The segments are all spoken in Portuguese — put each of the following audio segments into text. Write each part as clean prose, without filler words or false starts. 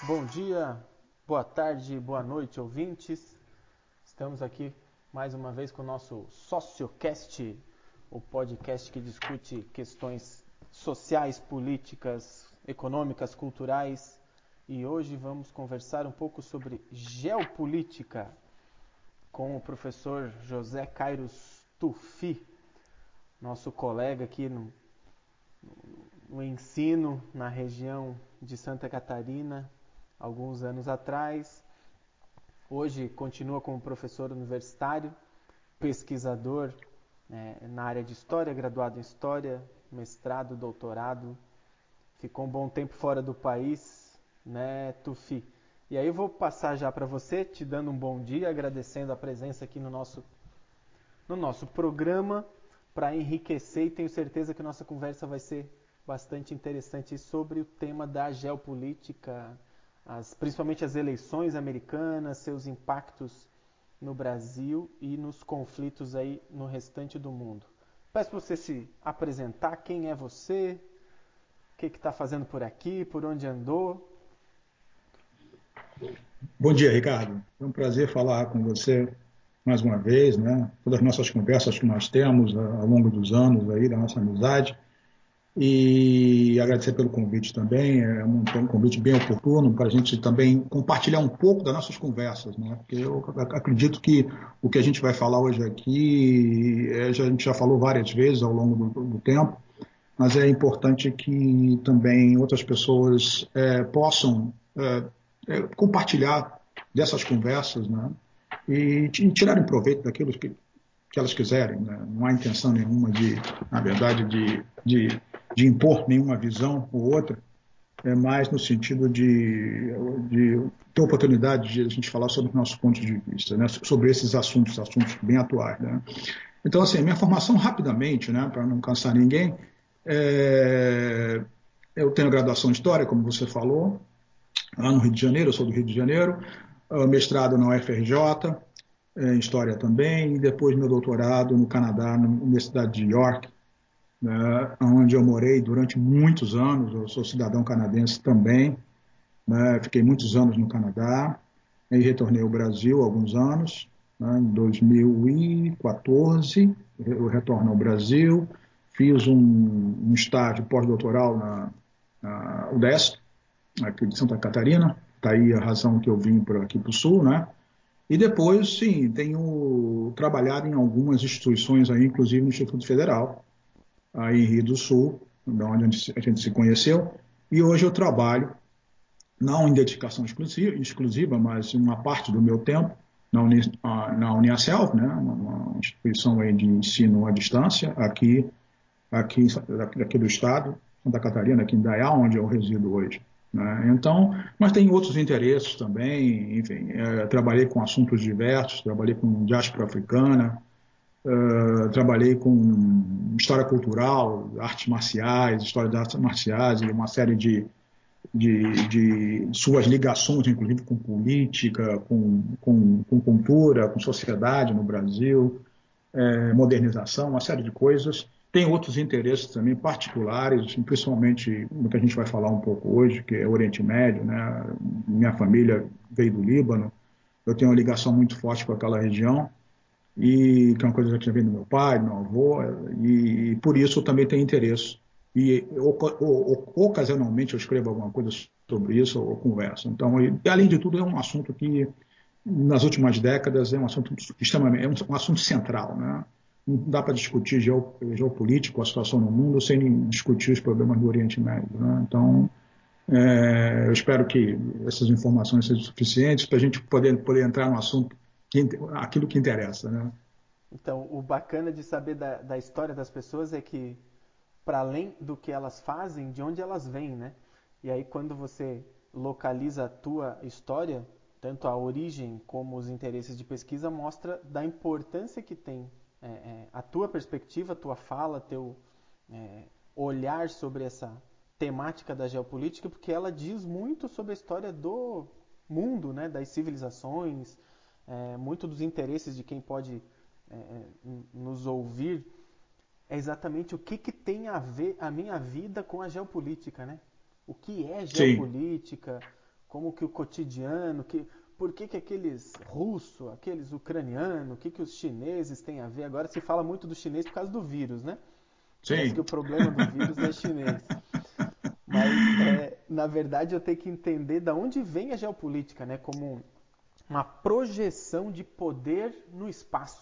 Bom dia, boa tarde, boa noite, ouvintes. Estamos aqui mais uma vez com o nosso SocioCast, o podcast que discute questões sociais, políticas, econômicas, culturais. E hoje vamos conversar um pouco sobre geopolítica com o professor José Cairos Tufi, nosso colega aqui no ensino na região de Santa Catarina, alguns anos atrás. Hoje continua como professor universitário, pesquisador na área de História, graduado em História, mestrado, doutorado. Ficou um bom tempo fora do país, né, Tufi? E aí eu vou passar já para você, te dando um bom dia, agradecendo a presença aqui no nosso programa, para enriquecer, e tenho certeza que nossa conversa vai ser bastante interessante sobre o tema da geopolítica, principalmente as eleições americanas, seus impactos no Brasil e nos conflitos aí no restante do mundo. Peço para você se apresentar, quem é você, o que está fazendo por aqui, por onde andou. Bom dia, Ricardo. É um prazer falar com você mais uma vez, né? Todas as nossas conversas que nós temos ao longo dos anos aí da nossa amizade. E agradecer pelo convite também. É um convite bem oportuno para a gente também compartilhar um pouco das nossas conversas, né? Porque eu acredito que o que a gente vai falar hoje aqui, a gente já falou várias vezes ao longo do tempo, mas é importante que também outras pessoas possam compartilhar dessas conversas, né? E tirarem proveito daquilo que elas quiserem. Né? Não há intenção nenhuma na verdade, de impor nenhuma visão ou outra, é mais no sentido de ter oportunidade de a gente falar sobre os nossos pontos de vista, né? Sobre esses assuntos bem atuais. Né? Então, assim, minha formação rapidamente, né, para não cansar ninguém, é, eu tenho graduação em História, como você falou, lá no Rio de Janeiro, eu sou do Rio de Janeiro, mestrado na UFRJ, em História também, e depois meu doutorado no Canadá, na Universidade de York, né, onde eu morei durante muitos anos. Eu sou cidadão canadense também, né, fiquei muitos anos no Canadá, e retornei ao Brasil há alguns anos, né, em 2014, eu retorno ao Brasil, fiz um estágio pós-doutoral na UDESC, aqui de Santa Catarina, está aí a razão que eu vim por aqui para o Sul, né? E depois, sim, tenho trabalhado em algumas instituições aí, inclusive no Instituto Federal, aí em Rio do Sul, onde a gente se conheceu, e hoje eu trabalho, não em dedicação exclusiva, mas uma parte do meu tempo, na Uniaselv, né, uma instituição aí de ensino à distância, aqui do estado, Santa Catarina, aqui em Indaial, onde eu resido hoje. Né? Então, mas tem outros interesses também, enfim, trabalhei com assuntos diversos, trabalhei com diáspora africana, trabalhei com história cultural, artes marciais, história das artes marciais e uma série de suas ligações, inclusive com política, com cultura, com sociedade no Brasil, modernização, uma série de coisas. Tem outros interesses também particulares, principalmente no que a gente vai falar um pouco hoje, que é o Oriente Médio. Né? Minha família veio do Líbano, eu tenho uma ligação muito forte com aquela região, e que é uma coisa que já tinha vindo do meu pai, do meu avô, e por isso eu também tenho interesse. E ocasionalmente eu escrevo alguma coisa sobre isso ou converso. Então, além de tudo, é um assunto que nas últimas décadas é um assunto extremamente, um assunto central, né? Não dá para discutir geopolítica, a situação no mundo, sem discutir os problemas do Oriente Médio. Né? Então, eu espero que essas informações sejam suficientes para a gente poder entrar no assunto, aquilo que interessa. Né? Então, o bacana de saber da história das pessoas é que, para além do que elas fazem, de onde elas vêm, né? E aí, quando você localiza a tua história, tanto a origem como os interesses de pesquisa, mostra da importância que tem a tua perspectiva, a tua fala, teu é, olhar sobre essa temática da geopolítica, porque ela diz muito sobre a história do mundo, né? Das civilizações, muito dos interesses de quem pode nos ouvir, é exatamente o que tem a ver a minha vida com a geopolítica, né? O que é Sim, geopolítica? como que o cotidiano, por que aqueles russos, aqueles ucranianos, o que os chineses têm a ver? Agora se fala muito do chinês por causa do vírus, né? Parece que o Sim. problema do vírus é chinês. Mas, na verdade, eu tenho que entender de onde vem a geopolítica, né? Como uma projeção de poder no espaço.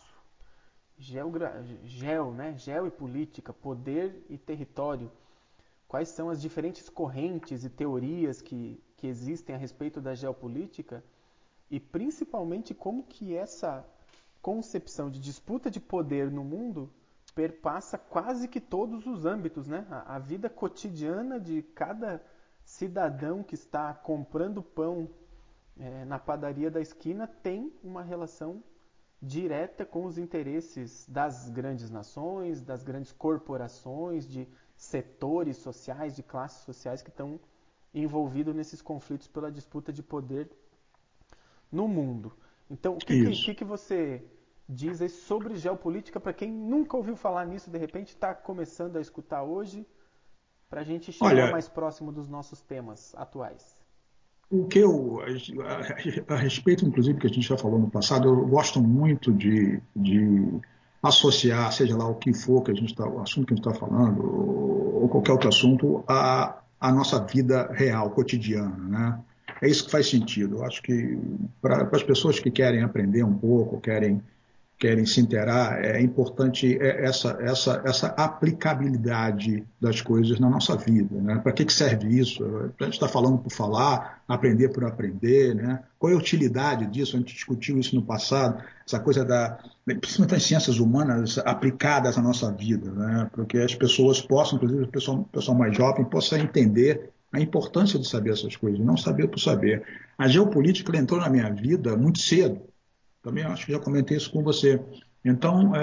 Né? Geo e política, poder e território. Quais são as diferentes correntes e teorias que existem a respeito da geopolítica e principalmente como que essa concepção de disputa de poder no mundo perpassa quase que todos os âmbitos, né? A vida cotidiana de cada cidadão que está comprando pão na padaria da esquina tem uma relação direta com os interesses das grandes nações, das grandes corporações, de setores sociais, de classes sociais que estão envolvidos nesses conflitos pela disputa de poder no mundo. Então, o Isso. que você diz aí sobre geopolítica para quem nunca ouviu falar nisso, de repente está começando a escutar hoje, para a gente chegar Olha, mais próximo dos nossos temas atuais? o que a respeito, inclusive, que a gente já falou no passado, eu gosto muito de associar, seja lá o que for que a gente tá, o assunto que a gente está falando, ou qualquer outro assunto, a nossa vida real, cotidiana, né? É isso que faz sentido. Eu acho que para as pessoas que querem aprender um pouco, querem se inteirar, é importante essa aplicabilidade das coisas na nossa vida. Né? Para que serve isso? A gente está falando por falar, aprender por aprender. Né? Qual é a utilidade disso? A gente discutiu isso no passado, essa coisa principalmente das ciências humanas aplicadas à nossa vida, né? Porque as pessoas possam, inclusive o pessoal mais jovem, possa entender a importância de saber essas coisas, não saber por saber. A geopolítica entrou na minha vida muito cedo. Também acho que já comentei isso com você. Então,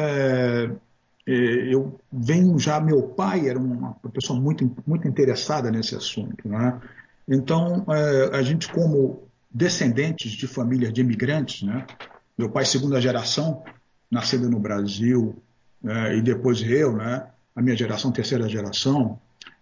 eu venho já, meu pai era uma pessoa muito interessada nesse assunto. Né? Então, a gente, como descendentes de famílias de imigrantes, né? Meu pai, segunda geração, nascido no Brasil, e depois eu, né? A minha geração, terceira geração,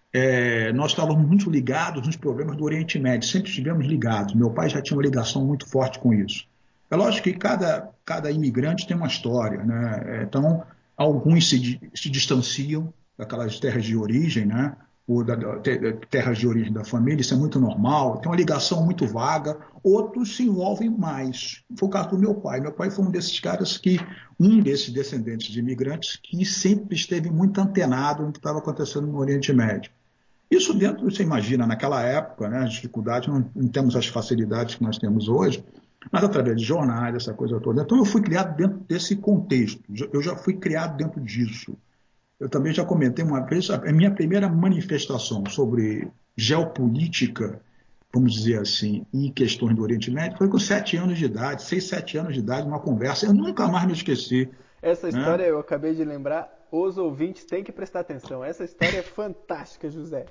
nós estávamos muito ligados nos problemas do Oriente Médio, sempre estivemos ligados. Meu pai já tinha uma ligação muito forte com isso. É lógico que cada imigrante tem uma história, né? Então, alguns se distanciam daquelas terras de origem, né? Ou terras de origem da família, isso é muito normal, tem uma ligação muito vaga, outros se envolvem mais. Foi o caso do meu pai. Meu pai foi um desses caras um desses descendentes de imigrantes, que sempre esteve muito antenado no que estava acontecendo no Oriente Médio. Isso dentro, você imagina, naquela época, né, as dificuldades, não temos as facilidades que nós temos hoje, mas através de jornais, essa coisa toda. Então, eu fui criado dentro desse contexto, eu já fui criado dentro disso. Eu também já comentei uma vez, a minha primeira manifestação sobre geopolítica, vamos dizer assim, e questões do Oriente Médio, foi com 7 anos de idade, 6, 7 anos de idade, uma conversa, eu nunca mais me esqueci. Essa Né? história eu acabei de lembrar, os ouvintes têm que prestar atenção. Essa história é fantástica, José.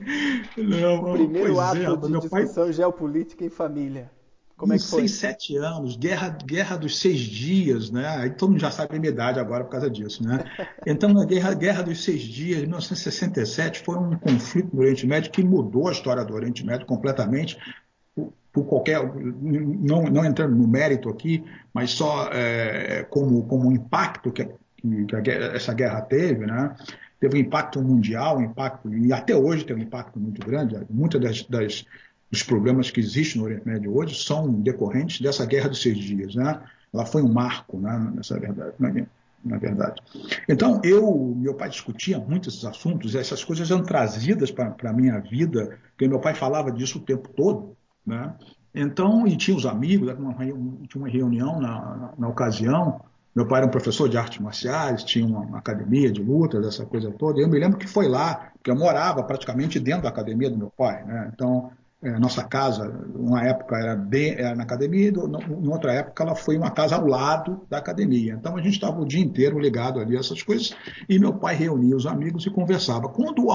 O Não, primeiro pois é, ato de meu pai. discussão geopolítica em família. Como é que Isso, foi? 6, 7 anos, guerra dos 6 dias, né? Aí todo mundo já sabe a minha idade agora por causa disso, né? Então, na guerra dos 6 dias, em 1967, foi um conflito no Oriente Médio que mudou a história do Oriente Médio completamente, por qualquer, não entrando no mérito aqui, mas só como um impacto que essa guerra teve, né? Teve um impacto mundial, e até hoje tem um impacto muito grande. Muitas dos problemas que existem no Oriente Médio hoje são decorrentes dessa guerra dos 6 dias, né? Ela foi um marco, né? Nessa verdade, na verdade. Então, meu pai discutia muito esses assuntos, essas coisas eram trazidas para a minha vida, porque meu pai falava disso o tempo todo, né? Então, e tinha os amigos, tinha uma reunião na ocasião. Meu pai era um professor de artes marciais, tinha uma academia de lutas, essa coisa toda. E eu me lembro que foi lá, porque eu morava praticamente dentro da academia do meu pai, né? Então, nossa casa, uma época era na academia, em outra época ela foi uma casa ao lado da academia. Então a gente estava o dia inteiro ligado ali a essas coisas e meu pai reunia os amigos e conversava.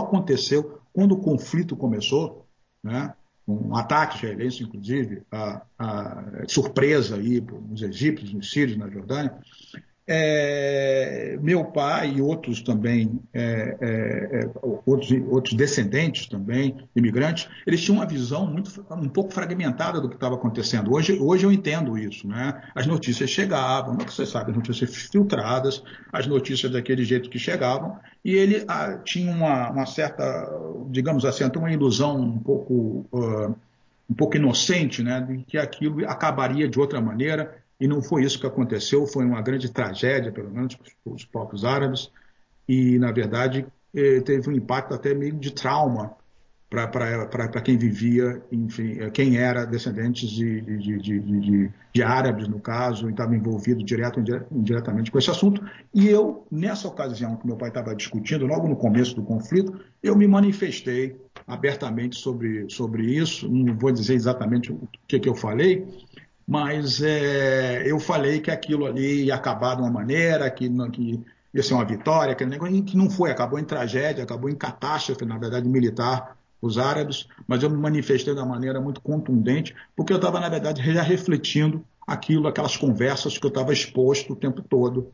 Quando o conflito começou, né, um ataque israelense, inclusive, a surpresa aí nos egípcios, nos sírios, na Jordânia, Meu pai e outros também, outros descendentes também, imigrantes, eles tinham uma visão um pouco fragmentada do que estava acontecendo. Hoje eu entendo isso, né? As notícias chegavam, não que você sabe, as notícias filtradas, as notícias daquele jeito que chegavam, e ele tinha uma certa, digamos assim, até uma ilusão um pouco inocente, né, de que aquilo acabaria de outra maneira, e não foi isso que aconteceu, foi uma grande tragédia, pelo menos para os povos árabes, e, na verdade, teve um impacto até meio de trauma para quem vivia, enfim, quem era descendentes de árabes, no caso, e estava envolvido direto ou indiretamente com esse assunto. E eu, nessa ocasião que meu pai estava discutindo, logo no começo do conflito, eu me manifestei abertamente sobre isso. Não vou dizer exatamente o que eu falei, mas eu falei que aquilo ali ia acabar de uma maneira, que ia ser uma vitória, aquele negócio, e que não foi, acabou em tragédia, acabou em catástrofe, na verdade, militar, os árabes, mas eu me manifestei de uma maneira muito contundente, porque eu estava, na verdade, já refletindo aquelas conversas que eu estava exposto o tempo todo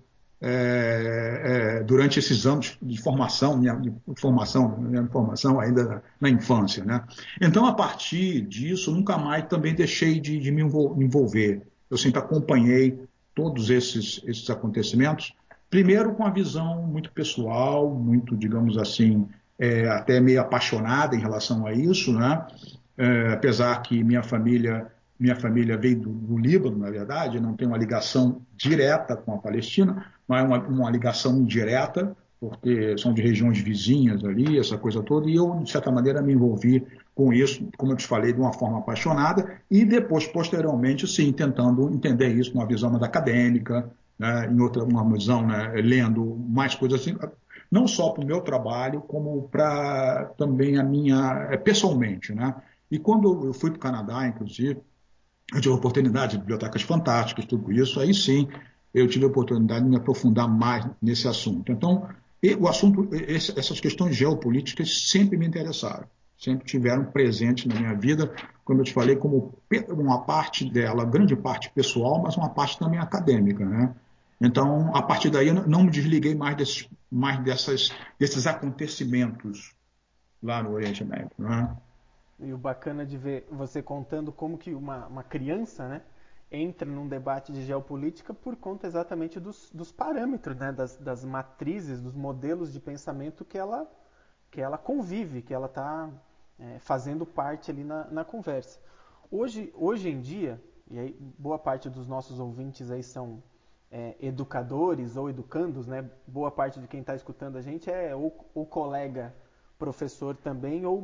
durante esses anos de formação, minha formação ainda na infância, né? Então, a partir disso, nunca mais também deixei de me envolver. Eu sempre acompanhei todos esses acontecimentos, primeiro com a visão muito pessoal, muito, digamos assim, até meio apaixonada em relação a isso, né? Apesar que minha família veio do Líbano, na verdade, não tem uma ligação direta com a Palestina, mas uma ligação indireta, porque são de regiões vizinhas ali, essa coisa toda, e eu, de certa maneira, me envolvi com isso, como eu te falei, de uma forma apaixonada, e depois, posteriormente, sim, tentando entender isso numa visão mais acadêmica, né, em outra uma visão, né, lendo mais coisas assim, não só para o meu trabalho, como para também a minha, pessoalmente, né? E quando eu fui para o Canadá, inclusive, eu tive a oportunidade de bibliotecas fantásticas, tudo isso, aí sim eu tive a oportunidade de me aprofundar mais nesse assunto. Então, o assunto, essas questões geopolíticas sempre me interessaram, sempre tiveram presentes na minha vida, como eu te falei, como uma parte dela, grande parte pessoal, mas uma parte também acadêmica, né? Então, a partir daí, eu não me desliguei desses acontecimentos lá no Oriente Médio, né? E o bacana de ver você contando como que uma criança, né, entra num debate de geopolítica por conta exatamente dos parâmetros, né, das matrizes, dos modelos de pensamento que ela convive, que ela está fazendo parte ali na conversa. Hoje em dia, e aí boa parte dos nossos ouvintes aí são educadores ou educandos, né? Boa parte de quem está escutando a gente é ou colega professor também, ou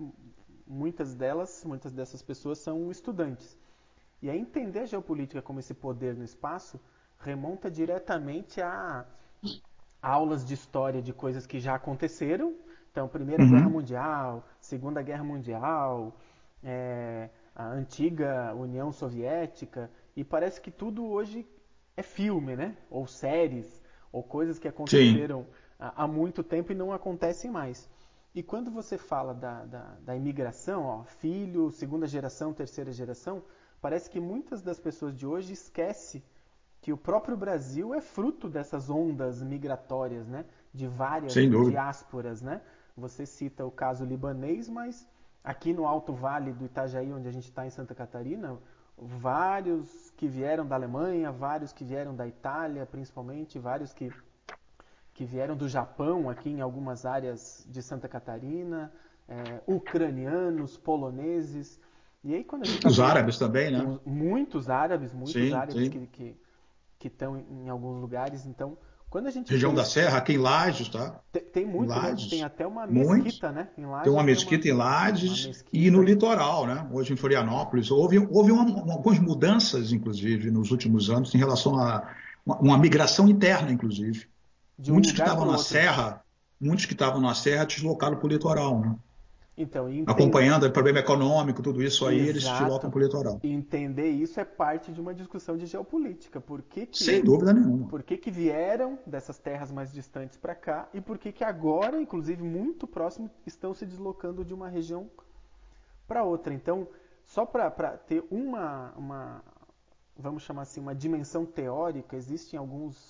muitas dessas pessoas são estudantes. E aí entender a geopolítica como esse poder no espaço remonta diretamente a aulas de história de coisas que já aconteceram. Então, Primeira Guerra Uhum. Mundial, Segunda Guerra Mundial, a antiga União Soviética, e parece que tudo hoje é filme, né? Ou séries, ou coisas que Sim. aconteceram há muito tempo e não acontecem mais. E quando você fala da imigração, ó, filho, segunda geração, terceira geração, parece que muitas das pessoas de hoje esquecem que o próprio Brasil é fruto dessas ondas migratórias, né? De várias Sem dúvida. diásporas, né? Você cita o caso libanês, mas aqui no Alto Vale do Itajaí, onde a gente está em Santa Catarina, vários que vieram da Alemanha, vários que vieram da Itália, principalmente, vários que vieram do Japão, aqui em algumas áreas de Santa Catarina, ucranianos, poloneses. E aí, quando a gente está Os falando árabes também, né? muitos Sim, árabes sim. que estão em alguns lugares. Então, quando a gente Região da pensa. Serra, aqui em Lages, tá? Tem Em muito, tem Lages, até uma muitos. mesquita, né? Em Tem uma Lages tem mesquita em uma Lages e no mesquita. litoral, né? Hoje em Florianópolis. Houve algumas mudanças, inclusive, nos últimos anos, em relação a uma migração interna, inclusive. De um Muitos que lugar estavam para o na outro. Serra, muitos que estavam na Serra deslocaram para o litoral, né? Então, Acompanhando o problema econômico, tudo isso aí, eles deslocam exato. para o litoral. E entender isso é parte de uma discussão de geopolítica. Sem dúvida nenhuma. Por que vieram dessas terras mais distantes para cá e por que agora, inclusive muito próximo, estão se deslocando de uma região para outra. Então, só para ter vamos chamar assim, uma dimensão teórica, existem alguns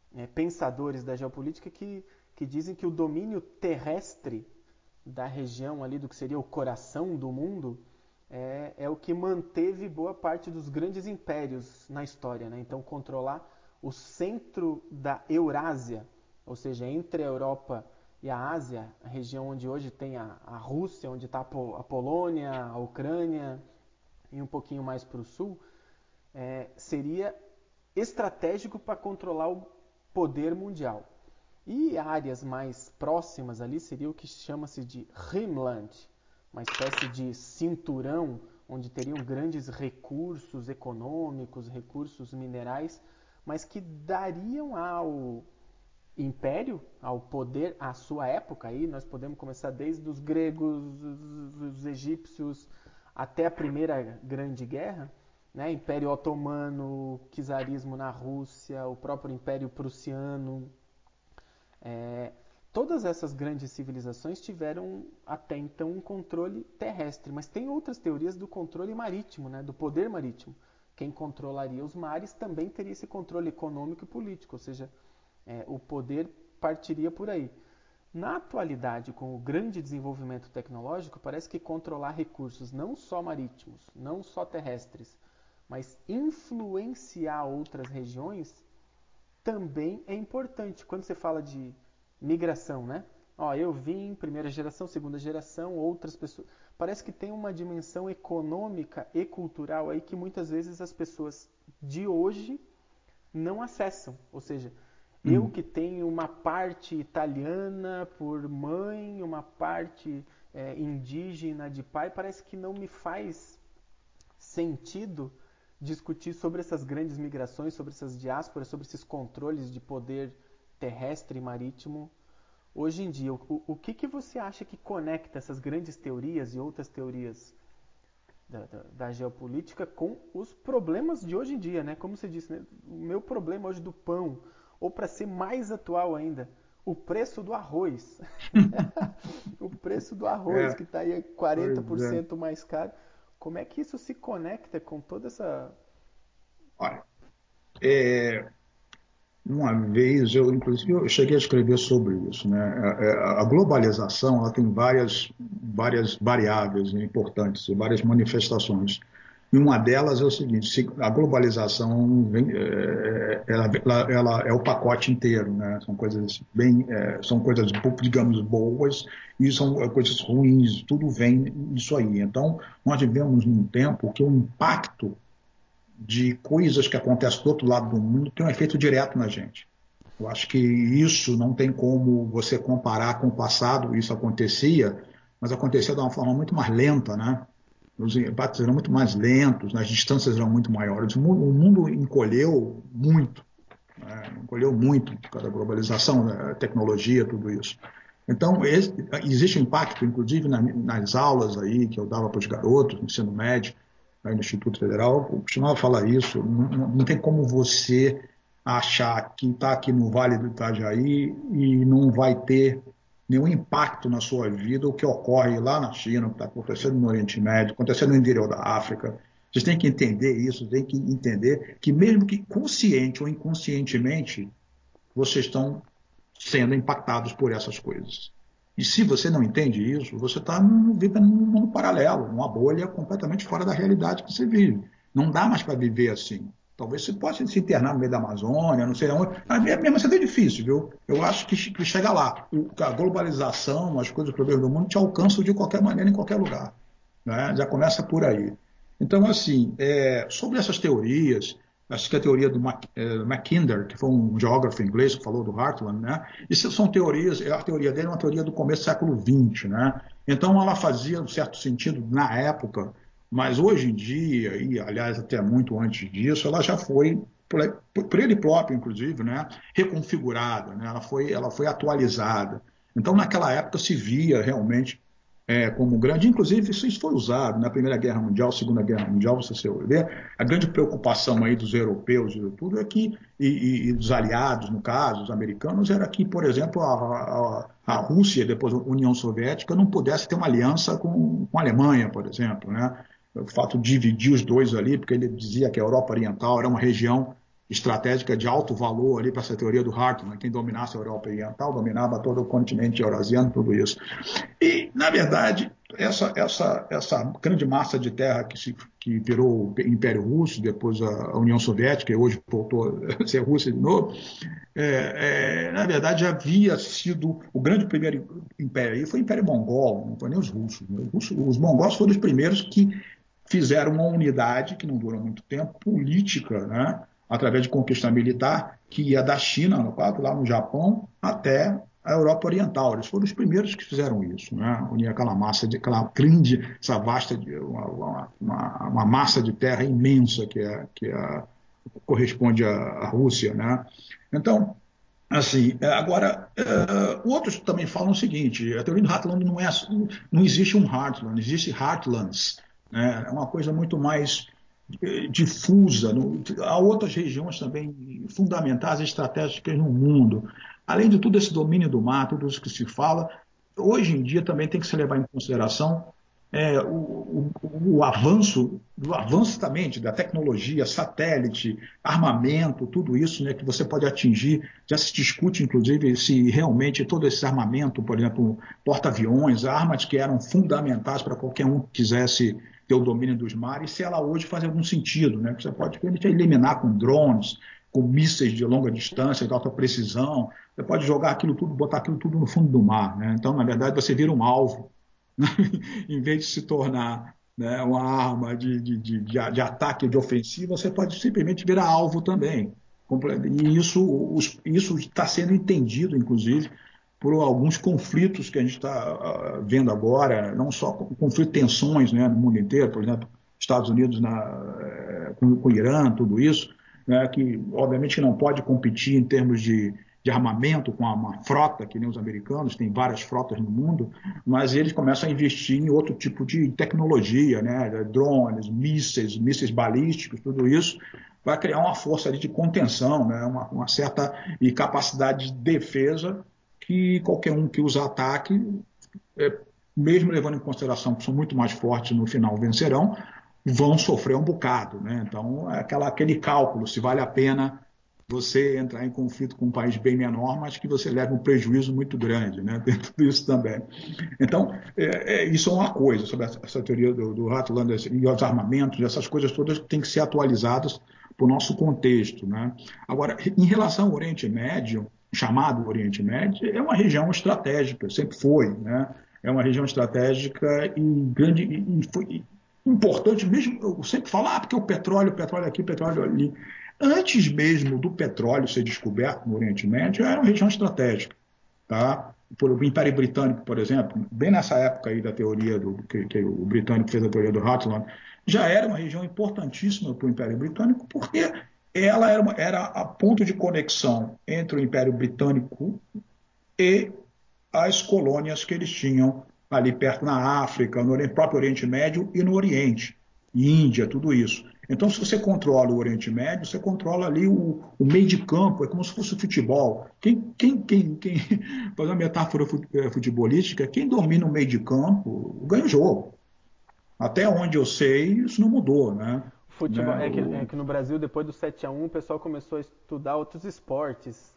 pensadores da geopolítica que dizem que o domínio terrestre da região ali do que seria o coração do mundo é o que manteve boa parte dos grandes impérios na história, né? Então, controlar o centro da Eurásia, ou seja, entre a Europa e a Ásia, a região onde hoje tem a Rússia, onde está a Polônia, a Ucrânia e um pouquinho mais para o sul, seria estratégico para controlar o poder mundial. E áreas mais próximas ali seria o que chama-se de Rimland, uma espécie de cinturão onde teriam grandes recursos econômicos, recursos minerais, mas que dariam ao império, ao poder, à sua época. Aí nós podemos começar desde os gregos, os egípcios, até a Primeira Grande Guerra, né? Império Otomano, Czarismo na Rússia, o próprio Império Prussiano. Todas essas grandes civilizações tiveram até então um controle terrestre, mas tem outras teorias do controle marítimo, né? Do poder marítimo. Quem controlaria os mares também teria esse controle econômico e político, ou seja, o poder partiria por aí. Na atualidade, com o grande desenvolvimento tecnológico, parece que controlar recursos não só marítimos, não só terrestres, mas influenciar outras regiões também é importante. Quando você fala de migração, né? Eu vim, primeira geração, segunda geração, outras pessoas. Parece que tem uma dimensão econômica e cultural aí que muitas vezes as pessoas de hoje não acessam. Ou seja, eu que tenho uma parte italiana por mãe, uma parte indígena de pai, parece que não me faz sentido discutir sobre essas grandes migrações, sobre essas diásporas, sobre esses controles de poder terrestre e marítimo hoje em dia. O que você acha que conecta essas grandes teorias e outras teorias da geopolítica com os problemas de hoje em dia, né? Como você disse, né? O meu problema hoje do pão, ou para ser mais atual ainda, o preço do arroz. O preço do arroz que está aí Pois é. 40% mais caro. Como é que isso se conecta com toda essa... Olha, uma vez, inclusive, eu cheguei a escrever sobre isso, né? A globalização, ela tem várias variáveis importantes, várias manifestações. E uma delas é o seguinte: a globalização ela é o pacote inteiro, né? São coisas são coisas, digamos, boas e são coisas ruins. Tudo vem isso aí. Então, nós vivemos num tempo que o impacto de coisas que acontecem do outro lado do mundo tem um efeito direto na gente. Eu acho que isso não tem como você comparar com o passado, isso acontecia, mas acontecia de uma forma muito mais lenta, né? Os impactos eram muito mais lentos, as distâncias eram muito maiores. O mundo encolheu muito, né? Encolheu muito por causa da globalização, da tecnologia, tudo isso. Então, existe um impacto, inclusive nas aulas aí que eu dava para os garotos, no ensino médio, aí no Instituto Federal, eu costumava falar isso, não tem como você achar que está aqui no Vale do Itajaí e não vai ter nenhum impacto na sua vida o que ocorre lá na China, o que está acontecendo no Oriente Médio, acontecendo no interior da África. Vocês têm que entender isso, têm que entender que mesmo que consciente ou inconscientemente, vocês estão sendo impactados por essas coisas. E se você não entende isso, você está vivendo num mundo paralelo, numa bolha completamente fora da realidade que você vive. Não dá mais para viver assim. Talvez você possa se internar no meio da Amazônia, não sei onde, mas mesmo assim é difícil, viu? Eu acho que chega lá. A globalização, as coisas, os problemas do mundo te alcançam de qualquer maneira, em qualquer lugar. Né? Já começa por aí. Então, assim, sobre essas teorias, acho que a teoria do Mackinder, que foi um geógrafo inglês que falou do Heartland, né? Isso são teorias, a teoria dele é uma teoria do começo do século XX, né? Então ela fazia um certo sentido na época, mas hoje em dia, e aliás até muito antes disso, ela já foi por ele próprio, inclusive, né? Reconfigurada, né? Ela foi atualizada. Então naquela época se via realmente como grande, inclusive isso foi usado na Primeira Guerra Mundial, Segunda Guerra Mundial, você vê, a grande preocupação aí dos europeus e tudo é que, e dos aliados, no caso, os americanos, era que, por exemplo, a Rússia, depois a União Soviética, não pudesse ter uma aliança com a Alemanha, por exemplo, né? O fato de dividir os dois ali, porque ele dizia que a Europa Oriental era uma região estratégica de alto valor ali para essa teoria do Hartmann, quem dominasse a Europa Oriental dominava todo o continente eurasiano, tudo isso. E, na verdade, essa grande massa de terra que virou o Império Russo, depois a União Soviética, e hoje voltou a ser Rússia de novo, na verdade, havia sido o grande primeiro império aí foi o Império Mongol, não foi nem os russos. Né? Os mongóis foram os primeiros que fizeram uma unidade, que não durou muito tempo, política, né? Através de conquista militar, que ia da China, no quadro, lá no Japão, até a Europa Oriental. Eles foram os primeiros que fizeram isso, né? Unir aquela massa, aquela grande, essa vasta, uma massa de terra imensa corresponde à Rússia, né? Então, assim, agora, outros também falam o seguinte: a teoria do Heartland não existe um Heartland, existe Heartlands, né? É uma coisa muito mais difusa. Há outras regiões também fundamentais, estratégicas no mundo. Além de tudo esse domínio do mar, tudo isso que se fala, hoje em dia também tem que se levar em consideração o avanço também da tecnologia, satélite, armamento, tudo isso, né, que você pode atingir. Já se discute, inclusive, se realmente todo esse armamento, por exemplo, porta-aviões, armas que eram fundamentais para qualquer um que quisesse ter o domínio dos mares, se ela hoje faz algum sentido, né? Você pode eliminar com drones, com mísseis de longa distância, de alta precisão, você pode jogar aquilo tudo, botar aquilo tudo no fundo do mar, né? Então, na verdade, você vira um alvo, em vez de se tornar, né, uma arma de ataque, de ofensiva, você pode simplesmente virar alvo também. E isso está sendo entendido, inclusive, por alguns conflitos que a gente está vendo agora, não só conflitos, tensões, né, no mundo inteiro, por exemplo, Estados Unidos com o Irã, tudo isso, né, que obviamente não pode competir em termos de armamento com uma frota, que nem os americanos, tem várias frotas no mundo, mas eles começam a investir em outro tipo de tecnologia, né, drones, mísseis balísticos, tudo isso, vai criar uma força ali de contenção, né, uma certa capacidade de defesa que qualquer um que usa ataque, mesmo levando em consideração que são muito mais fortes no final vencerão, vão sofrer um bocado. Né? Então, é aquele cálculo, se vale a pena você entrar em conflito com um país bem menor, mas que você leva um prejuízo muito grande, né? Tem tudo isso também. Então, isso é uma coisa sobre essa teoria do Heartland e os armamentos, essas coisas todas têm que ser atualizadas para o nosso contexto. Né? Agora, em relação ao Oriente Médio, chamado Oriente Médio, é uma região estratégica, sempre foi. Né? É uma região estratégica e grande, e foi importante mesmo. Eu sempre falo, porque o petróleo aqui, o petróleo ali. Antes mesmo do petróleo ser descoberto no Oriente Médio, era uma região estratégica. Tá? O Império Britânico, por exemplo, bem nessa época aí da teoria que o britânico fez a teoria do Heartland, já era uma região importantíssima para o Império Britânico, porque ela era a ponto de conexão entre o Império Britânico e as colônias que eles tinham ali perto na África, no próprio Oriente Médio e no Oriente, Índia, tudo isso. Então, se você controla o Oriente Médio, você controla ali o meio de campo, é como se fosse o futebol. Fazendo uma metáfora futebolística, quem domina o meio de campo ganha o jogo. Até onde eu sei, isso não mudou, né? Futebol, é que no Brasil, depois do 7-1, o pessoal começou a estudar outros esportes.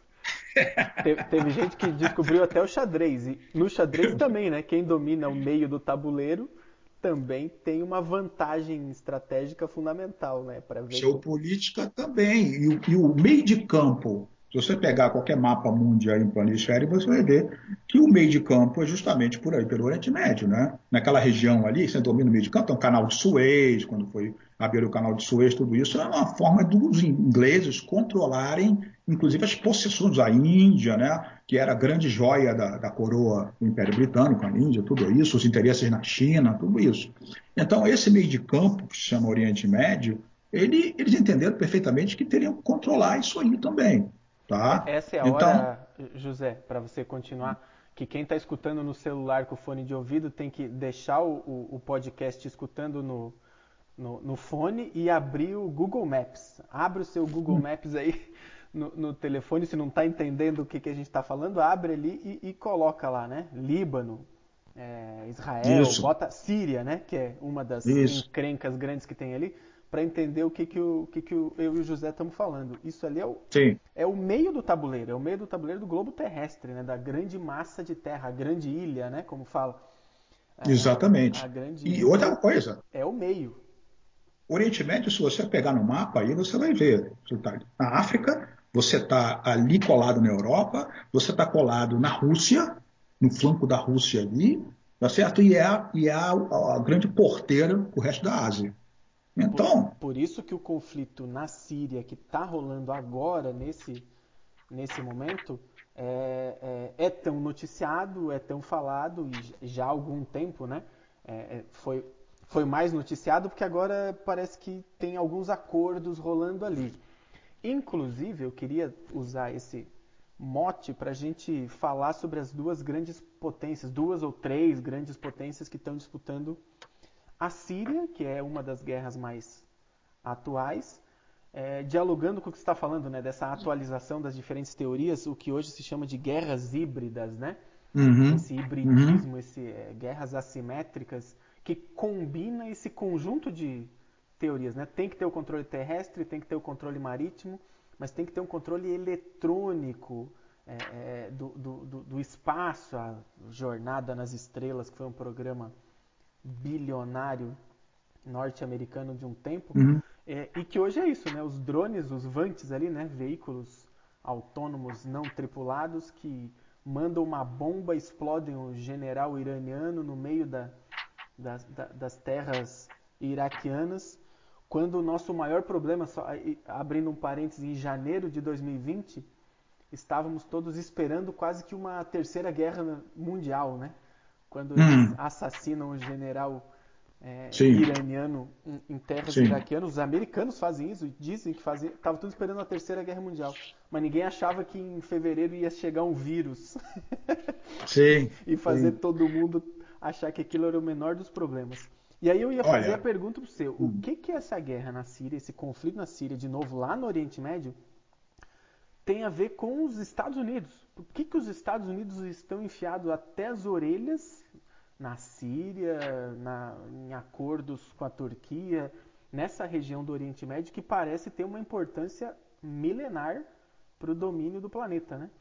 Teve gente que descobriu até o xadrez. E no xadrez também, né? Quem domina o meio do tabuleiro também tem uma vantagem estratégica fundamental, né? Para ver. Geopolítica também. E o meio de campo, se você pegar qualquer mapa mundial em planisfério, você vai ver que o meio de campo é justamente por aí, pelo Oriente Médio, né? Naquela região ali, você domina o meio de campo, tem o canal de Suez, quando foi abrir o canal de Suez, tudo isso é uma forma dos ingleses controlarem, inclusive, as possessões da Índia, né? Que era a grande joia da coroa do Império Britânico, a Índia, tudo isso, os interesses na China, tudo isso. Então, esse meio de campo, que se chama Oriente Médio, eles entenderam perfeitamente que teriam que controlar isso aí também. Tá? Essa é a Então, hora, José, para você continuar. Que quem está escutando no celular com fone de ouvido tem que deixar o podcast escutando no fone e abrir o Google Maps. Abre o seu Google Maps aí no telefone, se não está entendendo o que a gente está falando, abre ali e coloca lá, né? Líbano, Israel, isso, bota Síria, né? Que é uma das isso. encrencas grandes que tem ali. para entender o que eu e o José estamos falando. Isso ali Sim, é o meio do tabuleiro, é o meio do tabuleiro do globo terrestre, né? Da grande massa de terra, a grande ilha, né? Como fala. A exatamente. grande ilha. E outra Então, coisa, é o meio. o Oriente Médio, se você pegar no mapa, aí você vai ver. Você está na África, você está ali colado na Europa, você está colado na Rússia, no flanco da Rússia ali, tá certo? A grande porteira para o resto da Ásia. Por, Então, por isso que o conflito na Síria, que está rolando agora, nesse momento, é tão noticiado, é tão falado, e já há algum tempo, né? Foi mais noticiado porque agora parece que tem alguns acordos rolando ali. Inclusive, eu queria usar esse mote para a gente falar sobre as duas grandes potências, duas ou três grandes potências que estão disputando a Síria, que é uma das guerras mais atuais, dialogando com o que você está falando, né, dessa atualização das diferentes teorias, o que hoje se chama de guerras híbridas, né? uhum, Esse uhum, hibridismo, guerras assimétricas, que combina esse conjunto de teorias, né? Tem que ter o controle terrestre, tem que ter o controle marítimo, mas tem que ter um controle eletrônico do espaço, a Jornada nas Estrelas, que foi um programa bilionário norte-americano de um tempo, uhum. e que hoje é isso, né? Os drones, os VANTs ali, né? Veículos autônomos não tripulados que mandam uma bomba, explodem um general iraniano no meio das terras iraquianas, quando o nosso maior problema, só, abrindo um parênteses, em janeiro de 2020, estávamos todos esperando quase que uma terceira guerra mundial, né? Quando eles Hum, assassinam o general sim, iraniano em terras sim, iraquianas. Os americanos fazem isso, dizem que fazem. Estavam todos esperando a terceira guerra mundial, mas ninguém achava que em fevereiro ia chegar um vírus sim, e fazer sim. todo mundo achar que aquilo era o menor dos problemas. E aí eu ia fazer a Olha, pergunta para você: o hum, que é essa guerra na Síria, esse conflito na Síria, de novo lá no Oriente Médio, tem a ver com os Estados Unidos? Por que os Estados Unidos estão enfiados até as orelhas na Síria, em acordos com a Turquia, nessa região do Oriente Médio que parece ter uma importância milenar para o domínio do planeta, né?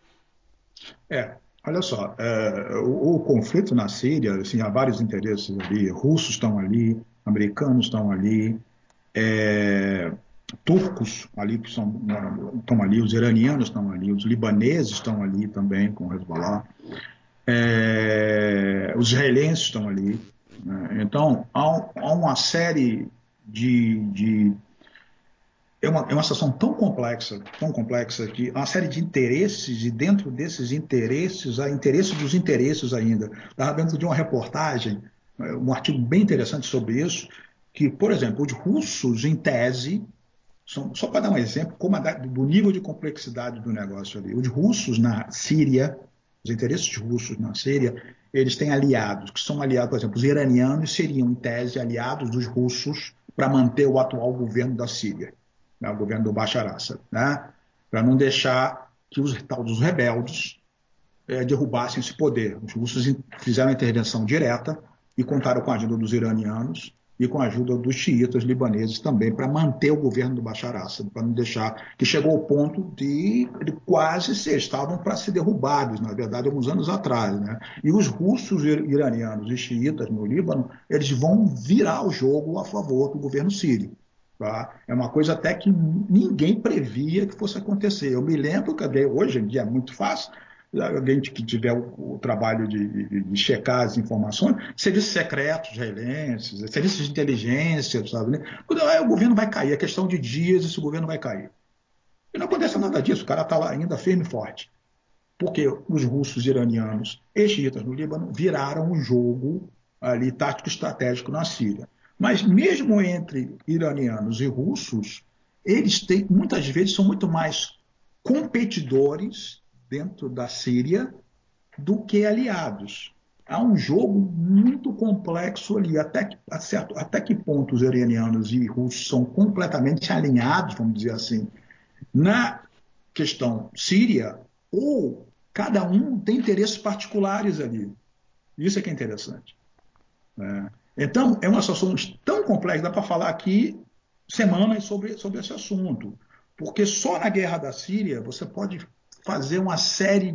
olha só, o conflito na Síria, assim, há vários interesses ali, russos estão ali, americanos estão ali, é, turcos ali que estão ali, os iranianos estão ali, os libaneses estão ali também com o Hezbollah, os israelenses estão ali, né? Então há uma série de é uma situação tão complexa que há uma série de interesses e dentro desses interesses há interesses dos interesses ainda. Estava dentro de uma reportagem, um artigo bem interessante sobre isso, que, por exemplo, os russos, em tese, só para dar um exemplo, do nível de complexidade do negócio ali. Os russos na Síria, os interesses russos na Síria, eles têm aliados, que são aliados, por exemplo, os iranianos seriam, em tese, aliados dos russos para manter o atual governo da Síria, né, o governo do Bashar Assad, né, para não deixar que os rebeldes derrubassem esse poder. Os russos fizeram a intervenção direta e contaram com a ajuda dos iranianos e com a ajuda dos xiitas libaneses também para manter o governo do Bashar Assad, para não deixar que chegou ao ponto de quase ser, estavam para ser derrubados, na verdade, alguns anos atrás, né? E os russos, iranianos e xiitas no Líbano, eles vão virar o jogo a favor do governo sírio. Tá? É uma coisa até que ninguém previa que fosse acontecer. Eu me lembro que hoje em dia é muito fácil, alguém que tiver o trabalho de checar as informações, serviços secretos israelenses, serviços de inteligência, sabe? Né? Quando o governo vai cair, é questão de dias esse governo vai cair. E não acontece nada disso, o cara está lá ainda firme e forte. Porque os russos, iranianos e xiitas no Líbano viraram o jogo ali tático estratégico na Síria. Mas mesmo entre iranianos e russos, eles têm, muitas vezes são muito mais competidores dentro da Síria do que aliados. Há um jogo muito complexo ali, até que ponto os iranianos e russos são completamente alinhados, vamos dizer assim, na questão síria, ou cada um tem interesses particulares ali. Isso é que é interessante. Né? Então, é uma situação tão complexa, dá para falar aqui semanas sobre esse assunto, porque só na guerra da Síria você pode fazer uma série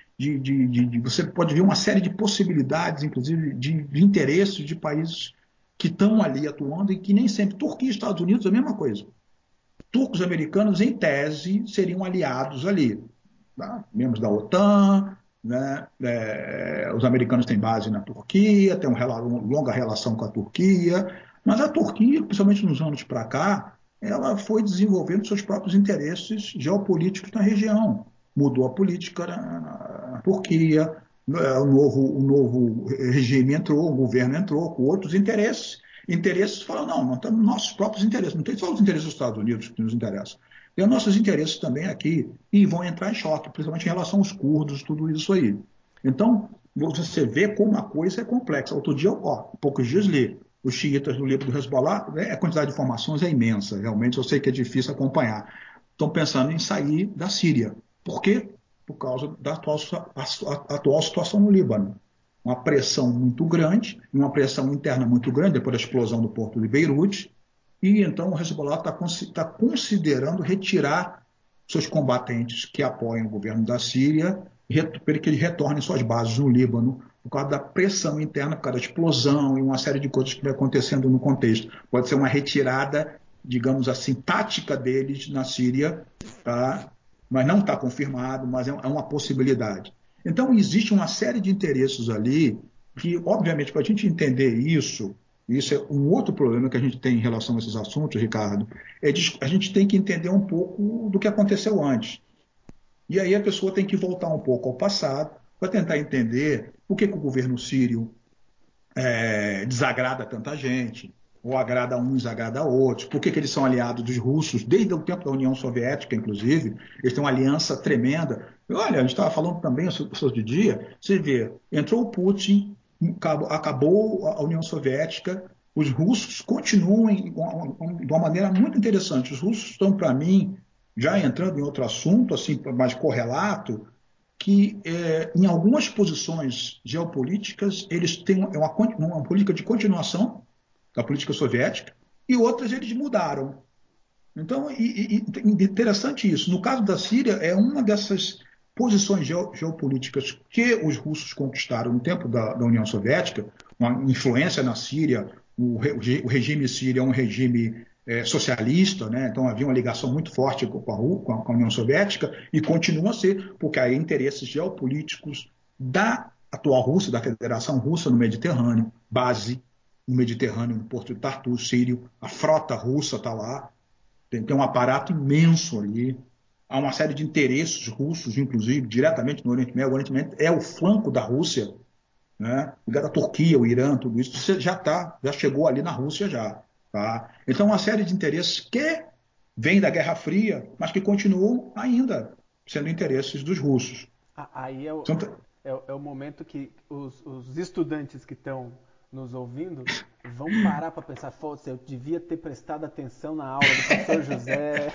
você pode ver uma série de possibilidades, inclusive de interesses de países que estão ali atuando e que nem sempre, Turquia e Estados Unidos, é a mesma coisa. Turcos e americanos, em tese, seriam aliados ali, tá? Membros da OTAN, né? Os americanos têm base na Turquia, têm uma longa relação com a Turquia, mas a Turquia, principalmente nos anos para cá, ela foi desenvolvendo seus próprios interesses geopolíticos na região. Mudou a política na Turquia, o novo regime entrou, o governo entrou com outros interesses falam, não, nós temos nossos próprios interesses, não tem só os interesses dos Estados Unidos que nos interessam. Tem os nossos interesses também aqui e vão entrar em choque, principalmente em relação aos curdos, tudo isso aí. Então, você vê como a coisa é complexa. Outro dia, poucos dias li, os xiitas do Líbano do Hezbollah, né, a quantidade de informações é imensa, realmente eu sei que é difícil acompanhar. Estão pensando em sair da Síria. Por quê? Por causa da atual situação no Líbano. Uma pressão muito grande, uma pressão interna muito grande, depois da explosão do porto de Beirute, e então o Hezbollah está considerando retirar seus combatentes que apoiam o governo da Síria, para que eles retornem suas bases no Líbano, por causa da pressão interna, por causa da explosão e uma série de coisas que vem acontecendo no contexto. Pode ser uma retirada, digamos assim, tática deles na Síria, tá? Mas não está confirmado, mas é uma possibilidade. Então, existe uma série de interesses ali que, obviamente, para a gente entender isso, isso é um outro problema que a gente tem em relação a esses assuntos, Ricardo, a gente tem que entender um pouco do que aconteceu antes. E aí a pessoa tem que voltar um pouco ao passado para tentar entender por que o governo sírio desagrada tanta gente, ou agrada a uns, agrada a outros, por que eles são aliados dos russos, desde o tempo da União Soviética, inclusive, eles têm uma aliança tremenda. Olha, a gente estava falando também outro dia, você vê, entrou o Putin, acabou a União Soviética, os russos continuam de uma maneira muito interessante. Os russos estão, para mim, já entrando em outro assunto, assim, mais correlato, que em algumas posições geopolíticas eles têm uma política de continuação da política soviética e outras eles mudaram. Então, interessante isso. No caso da Síria, é uma dessas posições geopolíticas que os russos conquistaram no tempo da União Soviética, uma influência na Síria, o regime sírio é um regime socialista, né? Então havia uma ligação muito forte com a União Soviética e continua a ser, porque há interesses geopolíticos da atual Rússia, da Federação Russa no Mediterrâneo, base no Mediterrâneo, no porto de Tartus, sírio, a frota russa está lá, tem um aparato imenso ali. Há uma série de interesses russos, inclusive, diretamente no Oriente Médio. O Oriente Médio é o flanco da Rússia, né? Ligado à Turquia, o Irã, tudo isso. Você já chegou ali na Rússia já. Tá? Então, uma série de interesses que vêm da Guerra Fria, mas que continuam ainda sendo interesses dos russos. Aí Então, é o momento que os estudantes que estão nos ouvindo vão parar para pensar, foda-se, eu devia ter prestado atenção na aula do professor José,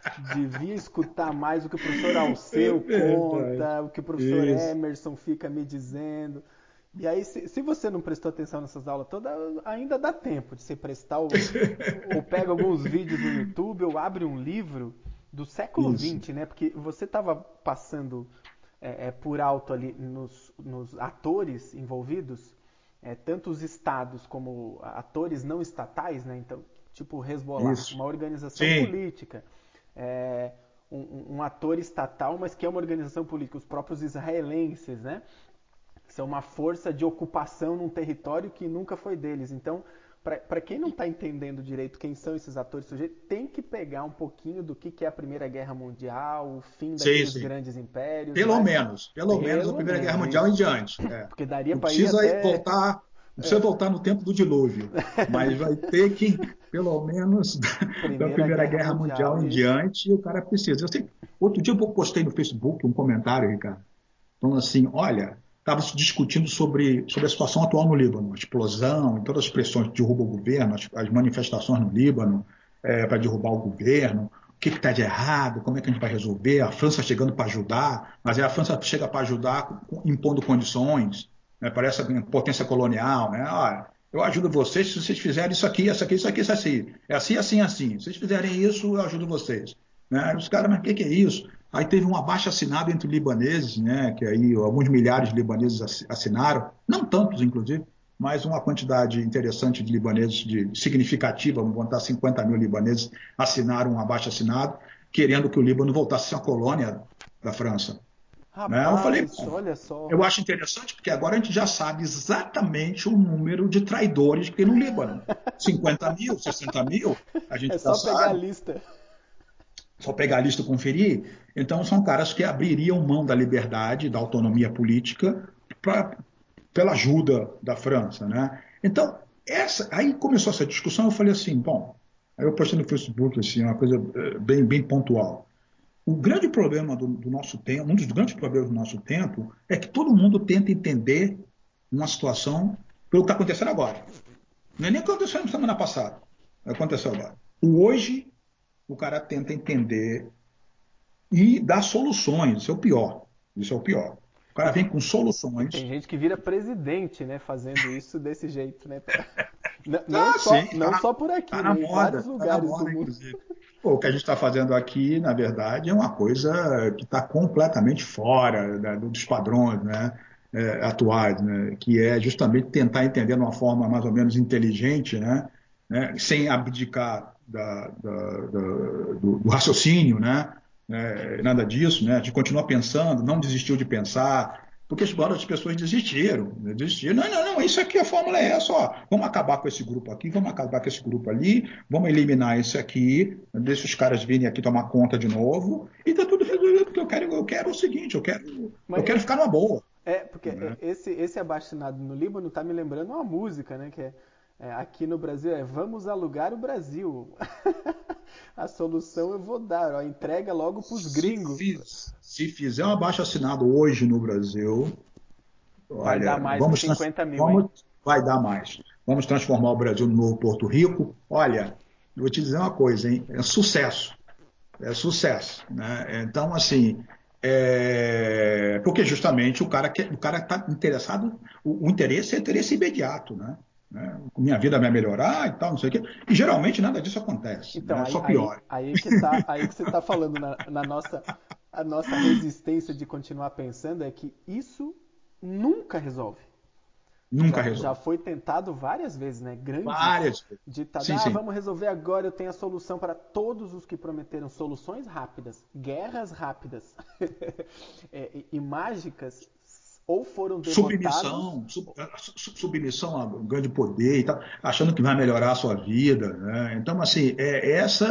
devia escutar mais o que o professor é Alceu verdade. conta, o que o professor Isso. Emerson fica me dizendo. E aí, se você não prestou atenção nessas aulas todas, ainda dá tempo de você prestar ou pega alguns vídeos no YouTube ou abre um livro do século Isso. XX, né? Porque você estava passando por alto ali nos atores envolvidos, tanto os estados como atores não estatais, né? Então, tipo o Hezbollah, Isso. uma organização Sim. política, é, um ator estatal, mas que é uma organização política, os próprios israelenses, né? Que são uma força de ocupação num território que nunca foi deles. Então, para quem não está entendendo direito quem são esses atores sujeitos, tem que pegar um pouquinho do que é a Primeira Guerra Mundial, o fim Sim, daqueles sim. grandes impérios, vai Pelo menos da pelo Primeira Guerra menos Mundial em isso. diante. Porque daria Não para ir precisa até voltar, não precisa voltar no tempo do dilúvio, mas vai ter que, pelo menos, da Primeira Primeira Guerra Guerra Mundial, Mundial em isso. diante, o cara precisa. Outro dia eu postei no Facebook um comentário, Ricardo, falando assim, olha, estava se discutindo sobre a situação atual no Líbano, a explosão, e todas as pressões que derrubam o governo, as manifestações no Líbano para derrubar o governo, o que está de errado, como é que a gente vai resolver, a França chegando para ajudar, mas aí a França chega para ajudar impondo condições, né, parece uma potência colonial, né? Olha, eu ajudo vocês se vocês fizerem isso aqui, isso aqui, isso aqui, isso assim. É assim, assim, assim. Se vocês fizerem isso, eu ajudo vocês. Né? Aí os caras, mas o que é isso? Aí teve um abaixo-assinado entre libaneses, né? Que aí alguns milhares de libaneses assinaram, não tantos, inclusive, mas uma quantidade interessante de libaneses, significativa, vamos botar 50 mil libaneses, assinaram um abaixo-assinado, querendo que o Líbano voltasse a ser uma colônia da França. Né? Eu falei, Rapaz, olha só. eu acho interessante porque agora a gente já sabe exatamente o número de traidores que tem no Líbano. 50 mil, 60 mil, a É gente já só pegar a sabe. lista. Só pegar a lista e conferir. Então, são caras que abririam mão da liberdade, da autonomia política, pela ajuda da França. Né? Então, aí começou essa discussão. Eu falei assim: bom, aí eu postei no Facebook assim, uma coisa bem, bem pontual. O grande problema do nosso tempo, um dos grandes problemas do nosso tempo, é que todo mundo tenta entender uma situação pelo que está acontecendo agora. Não é nem o que aconteceu na semana passada, aconteceu agora. O hoje, o cara tenta entender e dar soluções, isso é o pior. Isso é o pior. O E, cara vem com e tem soluções. gente que vira presidente, né, fazendo isso desse jeito, né? Não Ah, sim, só, não só por aqui, tá na né? Em vários tá na lugares do moda, mundo. inclusive. Pô, o que a gente está fazendo aqui, na verdade, é uma coisa que está completamente fora dos padrões, né, atuais, né, que é justamente tentar entender de uma forma mais ou menos inteligente, sem abdicar do raciocínio, nada disso, né, de continuar pensando, não desistiu de pensar, porque agora as pessoas desistiram, né, desistiram. Não, não, não, isso aqui, a fórmula é essa, ó, vamos acabar com esse grupo aqui, vamos acabar com esse grupo ali, vamos eliminar esse aqui, deixa os caras virem aqui tomar conta de novo, e está tudo resolvido, porque eu quero o seguinte, eu Mas quero ficar numa boa. porque Né? esse abaixo-assinado no Líbano tá me lembrando uma música, né? Aqui no Brasil é Vamos alugar o Brasil. A solução eu vou dar, ó, entrega logo pros gringos. Se fizer um abaixo-assinado hoje no Brasil, Vai dar olha, mais que 50 mil, hein? vai dar mais. Vamos transformar o Brasil no novo Porto Rico. Olha, eu vou te dizer uma coisa, hein? É sucesso. É sucesso. Né? Então, assim, porque justamente o cara está interessado, o interesse é interesse imediato, né? Minha vida vai melhorar e tal, não sei o quê. E geralmente nada disso acontece, Então, né? Só piora. aí que você tá falando na nossa, a nossa resistência de continuar pensando é que isso nunca resolve. Nunca Já resolve. foi tentado várias vezes, né? Grandes Várias vezes. ditados. Sim, Ah, sim. vamos resolver agora, eu tenho a solução para todos os que prometeram soluções rápidas, guerras rápidas e mágicas, ou foram derrotados. Submissão a um grande poder e tal, achando que vai melhorar a sua vida, né? Então, assim, essa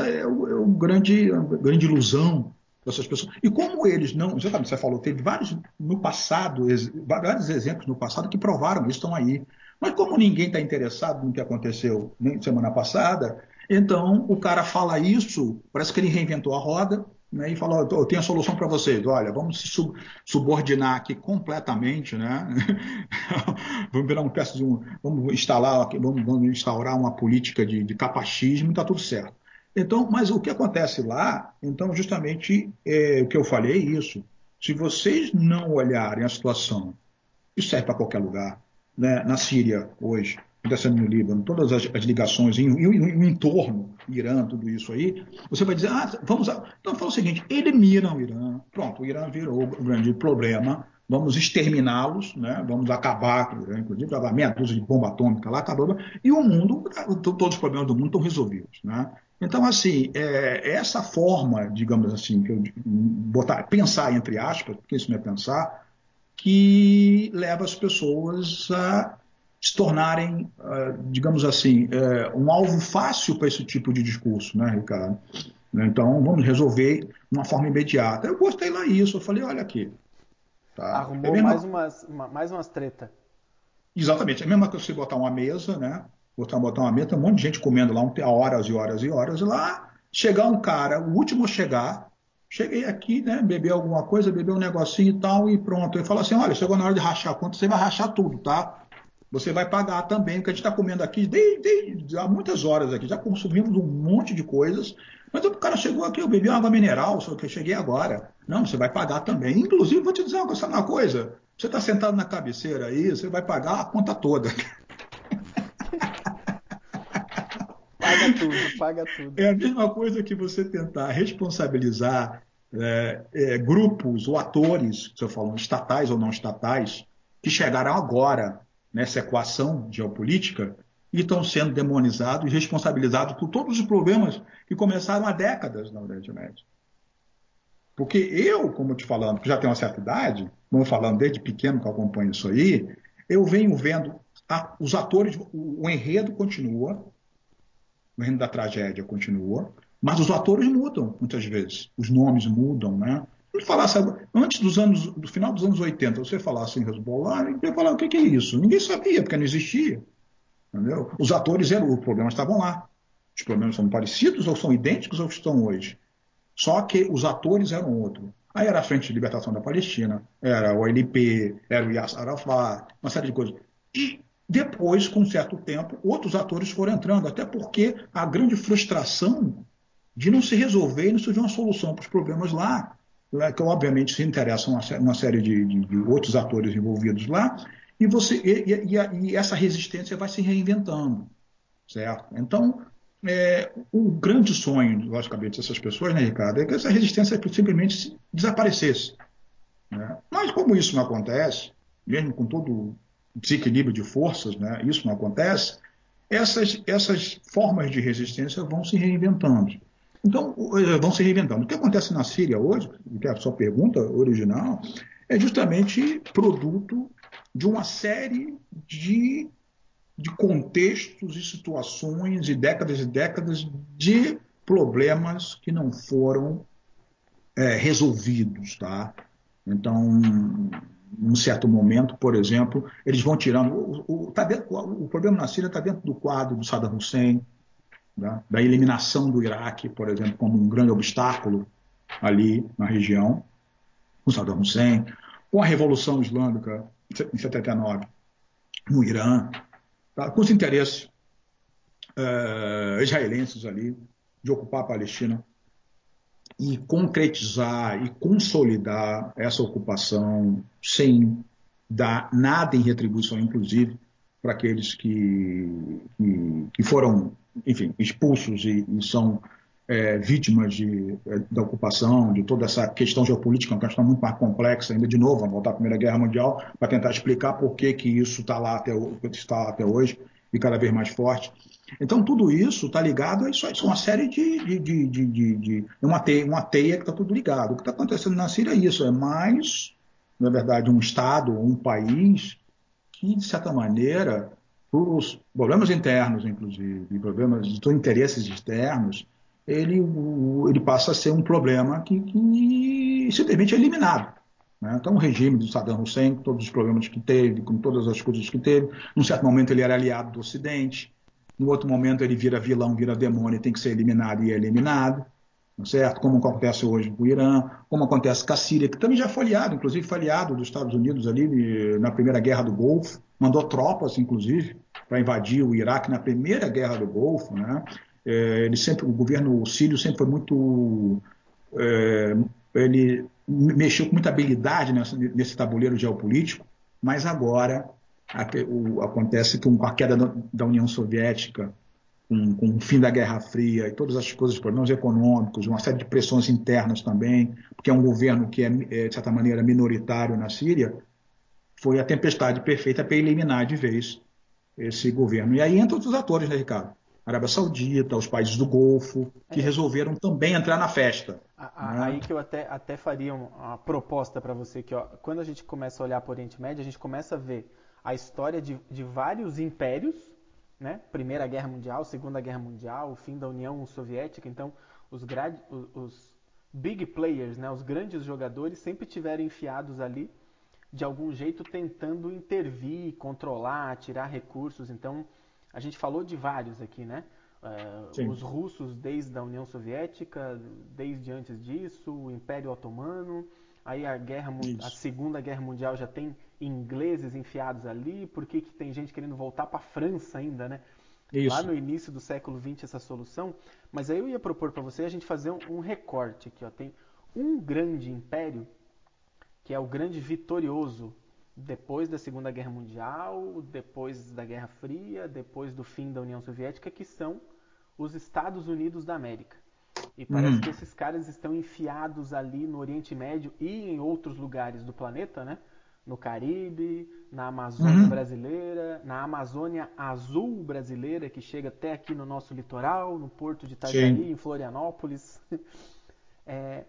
a grande ilusão dessas pessoas. E como eles não, exatamente, você falou, teve vários no passado, vários exemplos no passado que provaram isso, estão aí. Mas como ninguém está interessado no que aconteceu nem semana passada, então o cara fala isso, parece que ele reinventou a roda, né, e falou, eu tenho a solução para vocês, olha, vamos se subordinar aqui completamente, né? Vamos virar uma peça de vamos instalar, vamos instaurar uma política de capacismo, e está tudo certo. Então, mas o que acontece lá, então, justamente o que eu falei é isso. Se vocês não olharem a situação, isso serve para qualquer lugar, né? Na Síria, hoje, acontecendo no Líbano, todas as ligações, e o entorno, Irã, tudo isso aí, você vai dizer, vamos. Então, fala o seguinte: elimina o Irã. Pronto, o Irã virou o grande problema. Vamos exterminá-los, né? Vamos acabar, inclusive, jogar meia dúzia de bomba atômica lá, acabou. E o mundo, todos os problemas do mundo estão resolvidos, né? Então, assim, essa forma, digamos assim, que eu pensar entre aspas, porque isso não é pensar, que leva as pessoas a se tornarem, digamos assim, um alvo fácil para esse tipo de discurso, né, Ricardo? Então, vamos resolver de uma forma imediata. Eu gostei lá isso, eu falei, olha aqui, tá? É a Arrumou mesma, mais umas treta. exatamente, é a mesma coisa que você botar uma mesa, né? Botar uma mesa, tem um monte de gente comendo lá horas e horas e horas, e lá chegar um cara, o último a chegar, cheguei aqui, né? Beber alguma coisa, beber um negocinho e tal, e pronto. Ele fala assim: olha, chegou na hora de rachar a conta, você vai rachar tudo, tá? Você vai pagar também, o que a gente está comendo aqui desde há muitas horas aqui, já consumimos um monte de coisas, mas o cara chegou aqui, eu bebi uma água mineral, só que eu cheguei agora. Não, você vai pagar também. Inclusive, vou te dizer uma coisa: você está sentado na cabeceira aí, você vai pagar a conta toda. paga tudo, paga tudo. É a mesma coisa que você tentar responsabilizar grupos ou atores, que você falou, estatais ou não estatais, que chegaram agora nessa equação geopolítica e estão sendo demonizados e responsabilizados por todos os problemas que começaram há décadas na Oriente Médio. Porque eu, como te falando, que já tenho uma certa idade, como falando desde pequeno que eu acompanho isso aí, eu venho vendo os atores, o enredo continua, o reino da tragédia continua, mas os atores mudam muitas vezes, os nomes mudam, né? Se falasse, antes do final dos anos 80, você falasse em Hezbollah, ninguém ia falar o que é isso? Ninguém sabia, porque não existia. Entendeu? Os atores eram, os problemas estavam lá. Os problemas são parecidos ou são idênticos aos que estão hoje. Só que os atores eram outros. Aí era a Frente de Libertação da Palestina, era o OLP, era o Yasser Arafat, uma série de coisas. E depois, com um certo tempo, outros atores foram entrando, até porque a grande frustração de não se resolver e não surgir uma solução para os problemas lá, que obviamente se interessam uma série de outros atores envolvidos lá, e essa resistência vai se reinventando, certo? Então, o grande sonho, logicamente, dessas pessoas, né, Ricardo, é que essa resistência simplesmente desaparecesse. Né? Mas como isso não acontece, mesmo com todo o desequilíbrio de forças, né, isso não acontece, essas formas de resistência vão se reinventando. Então, vão se reinventando. O que acontece na Síria hoje, que é a sua pergunta original, é justamente produto de uma série de contextos e situações e décadas de problemas que não foram resolvidos, tá? Então, num certo momento, por exemplo, eles vão tirando. O problema na Síria está dentro do quadro do Saddam Hussein, né? Da eliminação do Iraque, por exemplo, como um grande obstáculo ali na região, com Saddam Hussein, com a Revolução Islâmica em 79 no Irã, tá? Com os interesses israelenses ali de ocupar a Palestina e concretizar e consolidar essa ocupação sem dar nada em retribuição, inclusive, para aqueles que foram, enfim, expulsos e são vítimas da ocupação, de toda essa questão geopolítica, uma questão muito mais complexa, ainda de novo, vamos voltar à Primeira Guerra Mundial, para tentar explicar por que isso está lá até hoje e cada vez mais forte. Então, tudo isso está ligado a isso, é uma série uma teia que está tudo ligado. O que está acontecendo na Síria é isso, é mais, na verdade, um Estado, um país que, de certa maneira, por os problemas internos, inclusive, problemas de interesses externos, ele passa a ser um problema que simplesmente é eliminado. Né? Então, o regime do Saddam Hussein, com todos os problemas que teve, com todas as coisas que teve, num certo momento ele era aliado do Ocidente, no outro momento ele vira vilão, vira demônio, tem que ser eliminado e é eliminado, certo? Como acontece hoje com o Irã, como acontece com a Síria, que também já foi aliado, inclusive foi aliado dos Estados Unidos ali na Primeira Guerra do Golfo, mandou tropas, inclusive, para invadir o Iraque na Primeira Guerra do Golfo, né? O governo sírio sempre foi muito, ele mexeu com muita habilidade nesse tabuleiro geopolítico, mas agora acontece que com a queda da União Soviética, com o fim da Guerra Fria e todas as coisas, problemas econômicos, uma série de pressões internas também, porque é um governo que de certa maneira, minoritário na Síria, foi a tempestade perfeita para eliminar de vez esse governo. E aí entram outros atores, né, Ricardo? Arábia Saudita, os países do Golfo, que resolveram também entrar na festa. Aí Né? que eu até faria uma proposta para você, que ó, quando a gente começa a olhar para o Oriente Médio, a gente começa a ver a história de vários impérios, né? Primeira Guerra Mundial, Segunda Guerra Mundial, o fim da União Soviética. Então, os big players, né? Os grandes jogadores sempre tiveram enfiados ali, de algum jeito tentando intervir, controlar, tirar recursos. Então, a gente falou de vários aqui, né? Os Sim, russos desde a União Soviética, desde antes disso, o Império Otomano, aí a isso. Segunda Guerra Mundial já tem ingleses enfiados ali, por que tem gente querendo voltar para a França ainda, né? Lá Isso. no início do século XX essa solução, mas aí eu ia propor para você a gente fazer um recorte aqui, ó. Tem um grande império que é o grande vitorioso depois da Segunda Guerra Mundial, depois da Guerra Fria, depois do fim da União Soviética, que são os Estados Unidos da América. E parece Uhum. que esses caras estão enfiados ali no Oriente Médio e em outros lugares do planeta, né? No Caribe, na Amazônia Uhum. brasileira, na Amazônia Azul brasileira, que chega até aqui no nosso litoral, no Porto de Itajaí, Sim, em Florianópolis. É,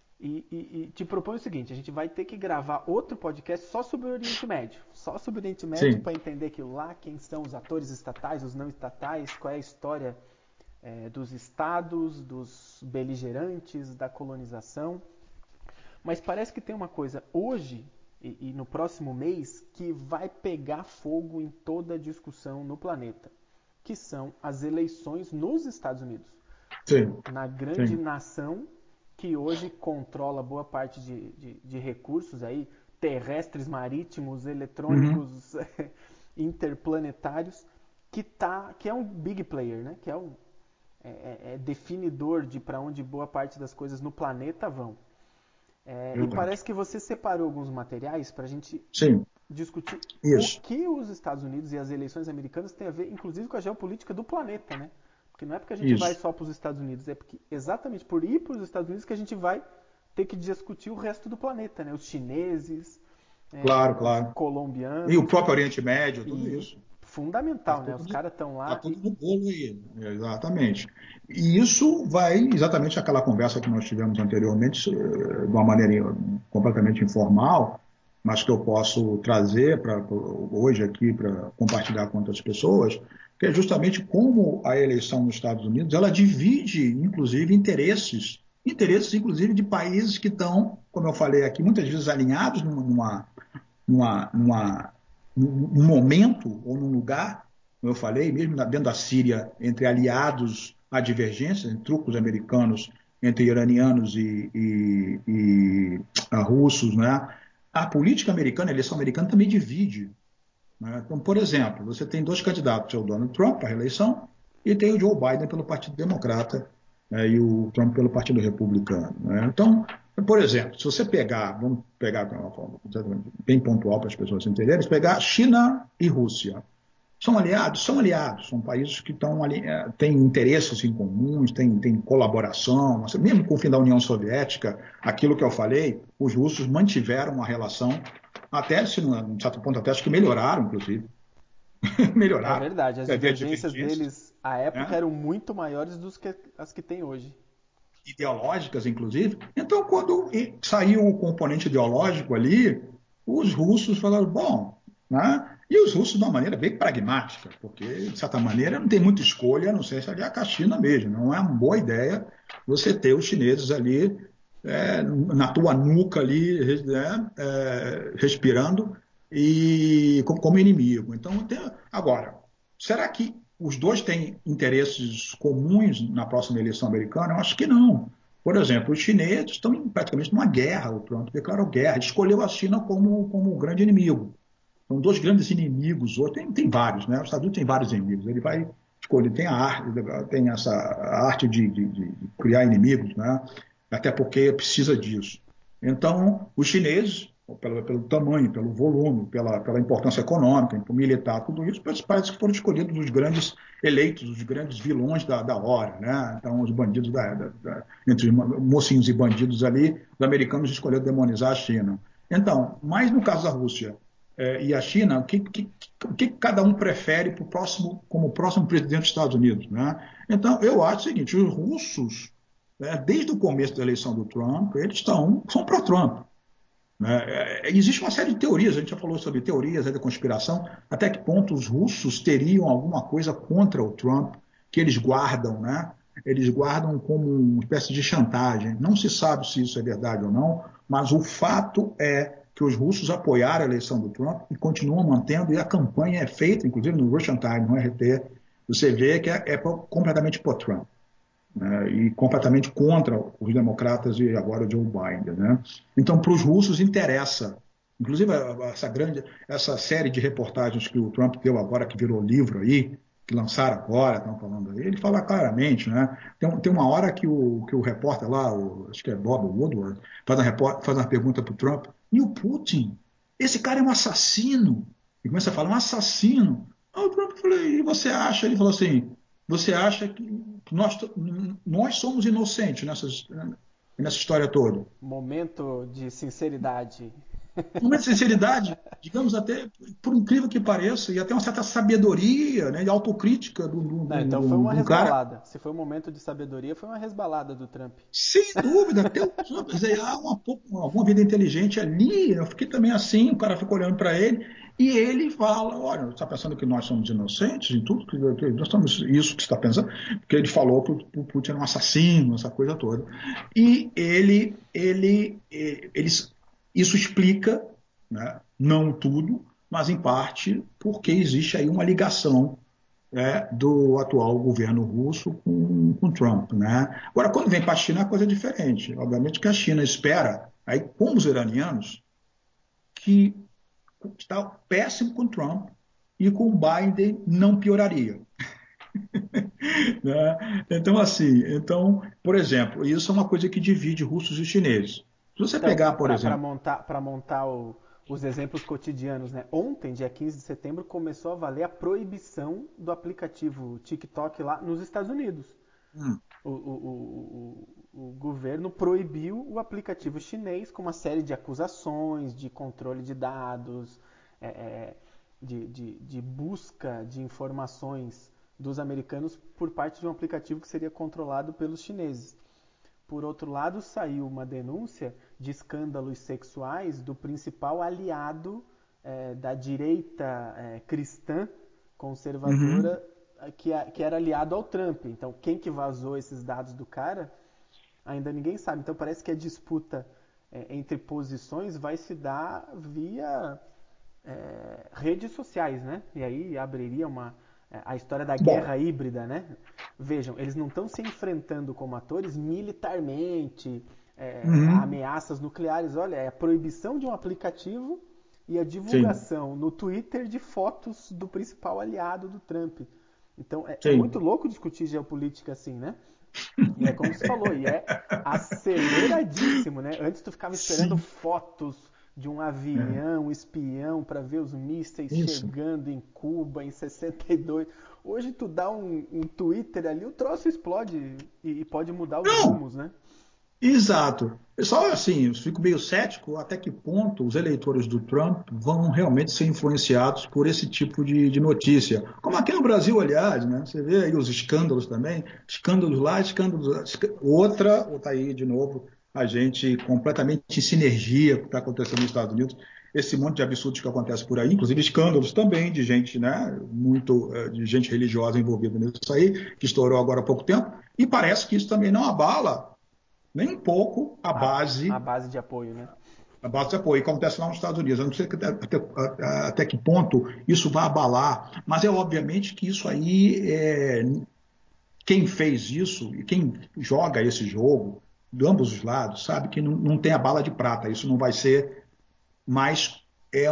e te proponho o seguinte: a gente vai ter que gravar outro podcast só sobre o Oriente Médio. Só sobre o Oriente Médio sim. para entender aquilo lá, quem são os atores estatais, os não estatais, qual é a história dos estados, dos beligerantes, da colonização. Mas parece que tem uma coisa hoje e no próximo mês que vai pegar fogo em toda a discussão no planeta, que são as eleições nos Estados Unidos, Sim, na grande sim. nação que hoje controla boa parte de recursos aí, terrestres, marítimos, Uhum. eletrônicos, interplanetários, que é um big player, né? Que é definidor de para onde boa parte das coisas no planeta vão. E Verdade. parece que você separou alguns materiais para a gente Sim, discutir o isso, que os Estados Unidos e as eleições americanas têm a ver, inclusive, com a geopolítica do planeta, né? Porque não é porque a gente vai isso. só para os Estados Unidos, é porque exatamente por ir para os Estados Unidos que a gente vai ter que discutir o resto do planeta, né? Os chineses, Claro, os claro. E o colombianos próprio Oriente Médio, tudo e isso. Está fundamental, né? Os tudo, caras estão tá lá e tudo no bolo aí. Exatamente. E isso vai exatamente aquela conversa que nós tivemos anteriormente, de uma maneira completamente informal, mas que eu posso trazer hoje aqui para compartilhar com outras pessoas, que é justamente como a eleição nos Estados Unidos ela divide, inclusive, interesses, inclusive, de países que estão, como eu falei aqui, muitas vezes alinhados numa, numa, num momento ou num lugar, como eu falei, mesmo dentro da Síria, entre aliados há divergências, entre trupos americanos, entre iranianos e russos, né? A política americana, a eleição americana também divide. Né? Então, por exemplo, você tem dois candidatos, é o Donald Trump para a reeleição e tem o Joe Biden pelo Partido Democrata, né, e o Trump pelo Partido Republicano. Né? Então, por exemplo, se você pegar, vamos pegar de uma forma bem pontual para as pessoas entenderem, se pegar China e Rússia, são aliados, são países que têm interesses em comuns, têm colaboração, mesmo com o fim da União Soviética, aquilo que eu falei, os russos mantiveram uma relação, até, se não, de certo ponto, até acho que melhoraram, inclusive, é melhoraram, verdade, as havia divergências divergências, deles à época né? eram muito maiores do que as que tem hoje. Ideológicas, inclusive. Então, quando saiu o componente ideológico ali, os russos falaram, bom, né? E os russos de uma maneira bem pragmática, porque, de certa maneira, não tem muita escolha, a não ser se aliar com a China mesmo. Não é uma boa ideia você ter os chineses ali na tua nuca ali, né, respirando e como inimigo. Então, agora, será que os dois têm interesses comuns na próxima eleição americana? Eu acho que não. Por exemplo, os chineses estão praticamente numa guerra. O Trump declarou guerra, escolheu a China como grande inimigo. São dois grandes inimigos. Tem vários, né? Os Estados Unidos tem vários inimigos. Ele vai escolher, tem essa arte de criar inimigos, né? Até porque precisa disso. Então, os chineses, pelo tamanho, pelo volume, pela importância econômica, militar, tudo isso, parece que foram escolhidos os grandes eleitos, os grandes vilões da hora, né? Então, os bandidos entre os mocinhos e bandidos ali, os americanos escolheram demonizar a China. Então, mas no caso da Rússia e a China, o que cada um prefere como próximo presidente dos Estados Unidos, né? Então, eu acho o seguinte: os russos, né, desde o começo da eleição do Trump, eles são pró-Trump. Né? Existe uma série de teorias, a gente já falou sobre teorias da conspiração, até que ponto os russos teriam alguma coisa contra o Trump que eles guardam, né? Eles guardam como uma espécie de chantagem. Não se sabe se isso é verdade ou não, mas o fato é que os russos apoiaram a eleição do Trump e continuam mantendo, e a campanha é feita, inclusive no Russian Time, no RT, você vê que é completamente pro Trump, né, e completamente contra os democratas e agora o Joe Biden. Né? Então, para os russos interessa. Inclusive, essa série de reportagens que o Trump deu agora, que virou livro aí, que lançaram agora, estão falando aí, ele fala claramente, né? Tem uma hora que o repórter lá, acho que é Bob Woodward, faz uma pergunta para o Trump, e o Putin? Esse cara é um assassino. E começa a falar, um assassino. Aí o Trump falou, e você acha? Ele falou assim, você acha que nós somos inocentes nessa história toda? Momento de sinceridade. Uma sinceridade, digamos até, por incrível que pareça, e até uma certa sabedoria, né, e autocrítica Não, então foi uma de um cara. resbalada. Se foi um momento de sabedoria, foi uma resbalada do Trump. Sem dúvida, até o Trump, quer dizer, há alguma vida inteligente ali. Eu fiquei também assim, o cara fica olhando para ele e ele fala: Olha, você está pensando que nós somos inocentes em tudo? Que nós estamos, isso que você está pensando? Porque ele falou que o Putin era um assassino, essa coisa toda. E isso explica, né, não tudo, mas em parte, porque existe aí uma ligação do atual governo russo com Trump. Né? Agora, quando vem para a China, a coisa é diferente. Obviamente que a China espera, aí, como os iranianos, que está péssimo com Trump e com Biden não pioraria. Né? Então, assim, por exemplo, isso é uma coisa que divide russos e chineses. Se você Então, pegar, por para exemplo, montar, para montar os exemplos cotidianos, né? Ontem, dia 15 de setembro, começou a valer a proibição do aplicativo TikTok lá nos Estados Unidos. hum, O governo proibiu o aplicativo chinês com uma série de acusações de controle de dados, é, é, de busca de informações dos americanos por parte de um aplicativo que seria controlado pelos chineses. Por outro lado, saiu uma denúncia de escândalos sexuais do principal aliado da direita cristã uhum, conservadora que era aliado ao Trump. Então, quem que vazou esses dados do cara, ainda ninguém sabe. Então, parece que a disputa entre posições vai se dar via redes sociais, né? E aí abriria a história da bom, guerra híbrida, né? Vejam, eles não estão se enfrentando como atores militarmente, uhum, ameaças nucleares. Olha, é a proibição de um aplicativo e a sim, divulgação no Twitter de fotos do principal aliado do Trump. Então é muito sim, louco discutir geopolítica assim, né? E é como você falou, e é aceleradíssimo, né? Antes tu ficava esperando sim, fotos de um é, avião espião para ver os mísseis isso. chegando em Cuba em 62. Hoje tu dá um Twitter ali, o troço explode e pode mudar os Não, rumos, né? exato. Só assim, eu fico meio cético até que ponto os eleitores do Trump vão realmente ser influenciados por esse tipo de notícia. Como aqui no Brasil, aliás, né? Você vê aí os escândalos também, escândalos lá, escândalos lá. Outra aí de novo, a gente completamente em sinergia com o que está acontecendo nos Estados Unidos. Esse monte de absurdos que acontece por aí, inclusive escândalos também de gente, né, muito de gente religiosa envolvida nisso aí, que estourou agora há pouco tempo, e parece que isso também não abala nem um pouco A base de apoio, né? a base de apoio, que acontece lá nos Estados Unidos. Eu não sei até que ponto isso vai abalar, mas é obviamente que isso aí, quem fez isso e quem joga esse jogo, de ambos os lados, sabe que não tem a bala de prata, isso não vai ser mais.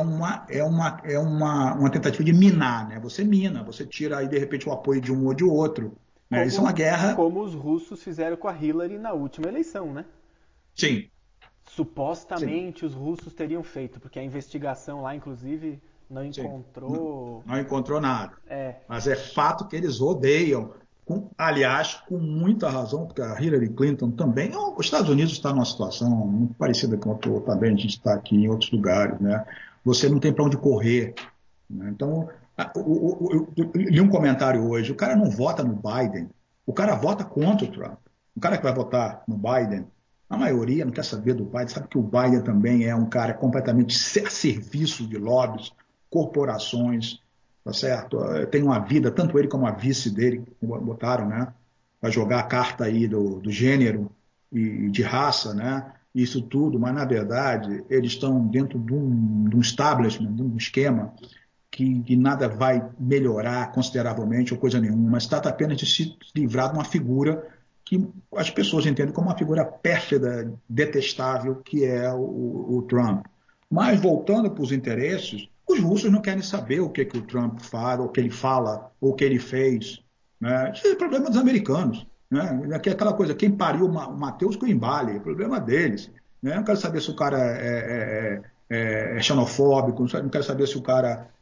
Uma tentativa de minar, né? Você mina, você tira aí de repente o apoio de um ou de outro. Né? Isso é uma guerra, Como os russos fizeram com a Hillary na última eleição, né? sim, sim. Supostamente os russos teriam feito, porque a investigação lá, inclusive, não Sim, encontrou. não encontrou nada. É, Mas é fato que eles odeiam, aliás, com muita razão, porque a Hillary Clinton também. Os Estados Unidos está numa situação muito parecida com a tua também, a gente está aqui em outros lugares, né? Você não tem para onde correr. Né? Então, eu li um comentário hoje: o cara não vota no Biden, o cara vota contra o Trump. O cara que vai votar no Biden, a maioria não quer saber do Biden, sabe que o Biden também é um cara completamente a serviço de lobbies, corporações, tá certo? Tem uma vida, tanto ele como a vice dele, botaram, né? Para jogar a carta aí do gênero e de raça, né? Isso tudo, mas na verdade eles estão dentro de um establishment, de um esquema que nada vai melhorar consideravelmente ou coisa nenhuma, mas trata apenas de se livrar de uma figura que as pessoas entendem como uma figura pérfida, detestável, que é o Trump. Mas, voltando para os interesses, os russos não querem saber o que o Trump fala, o que ele fala, ou o que ele fez. Né? Isso é problema dos americanos. Né? É aquela coisa, quem pariu o Mateus com o embale, é problema deles. Né? Não quero saber se o cara é xenofóbico, não quero saber se o cara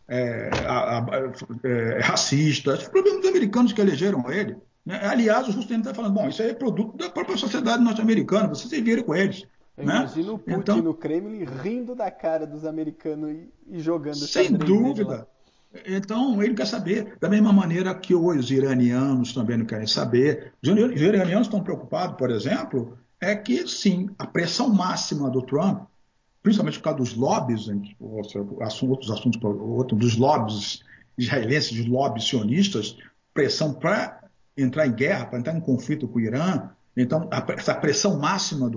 racista, os problemas dos americanos que elegeram ele. Né? Aliás, o Russo está falando, bom, isso aí é produto da própria sociedade norte-americana, vocês se viram com eles. Eu Né? imagino o Putin Então, no Kremlin rindo da cara dos americanos e jogando o sem xadrez dele lá. dúvida. Então, ele quer saber, da mesma maneira que os iranianos também não querem saber. Os iranianos estão preocupados, por exemplo, é que, sim, a pressão máxima do Trump, principalmente por causa dos lobbies, ou seja, outros assuntos, dos lobbies israelenses, dos lobbies sionistas, pressão para entrar em guerra, para entrar em conflito com o Irã. Então, essa pressão máxima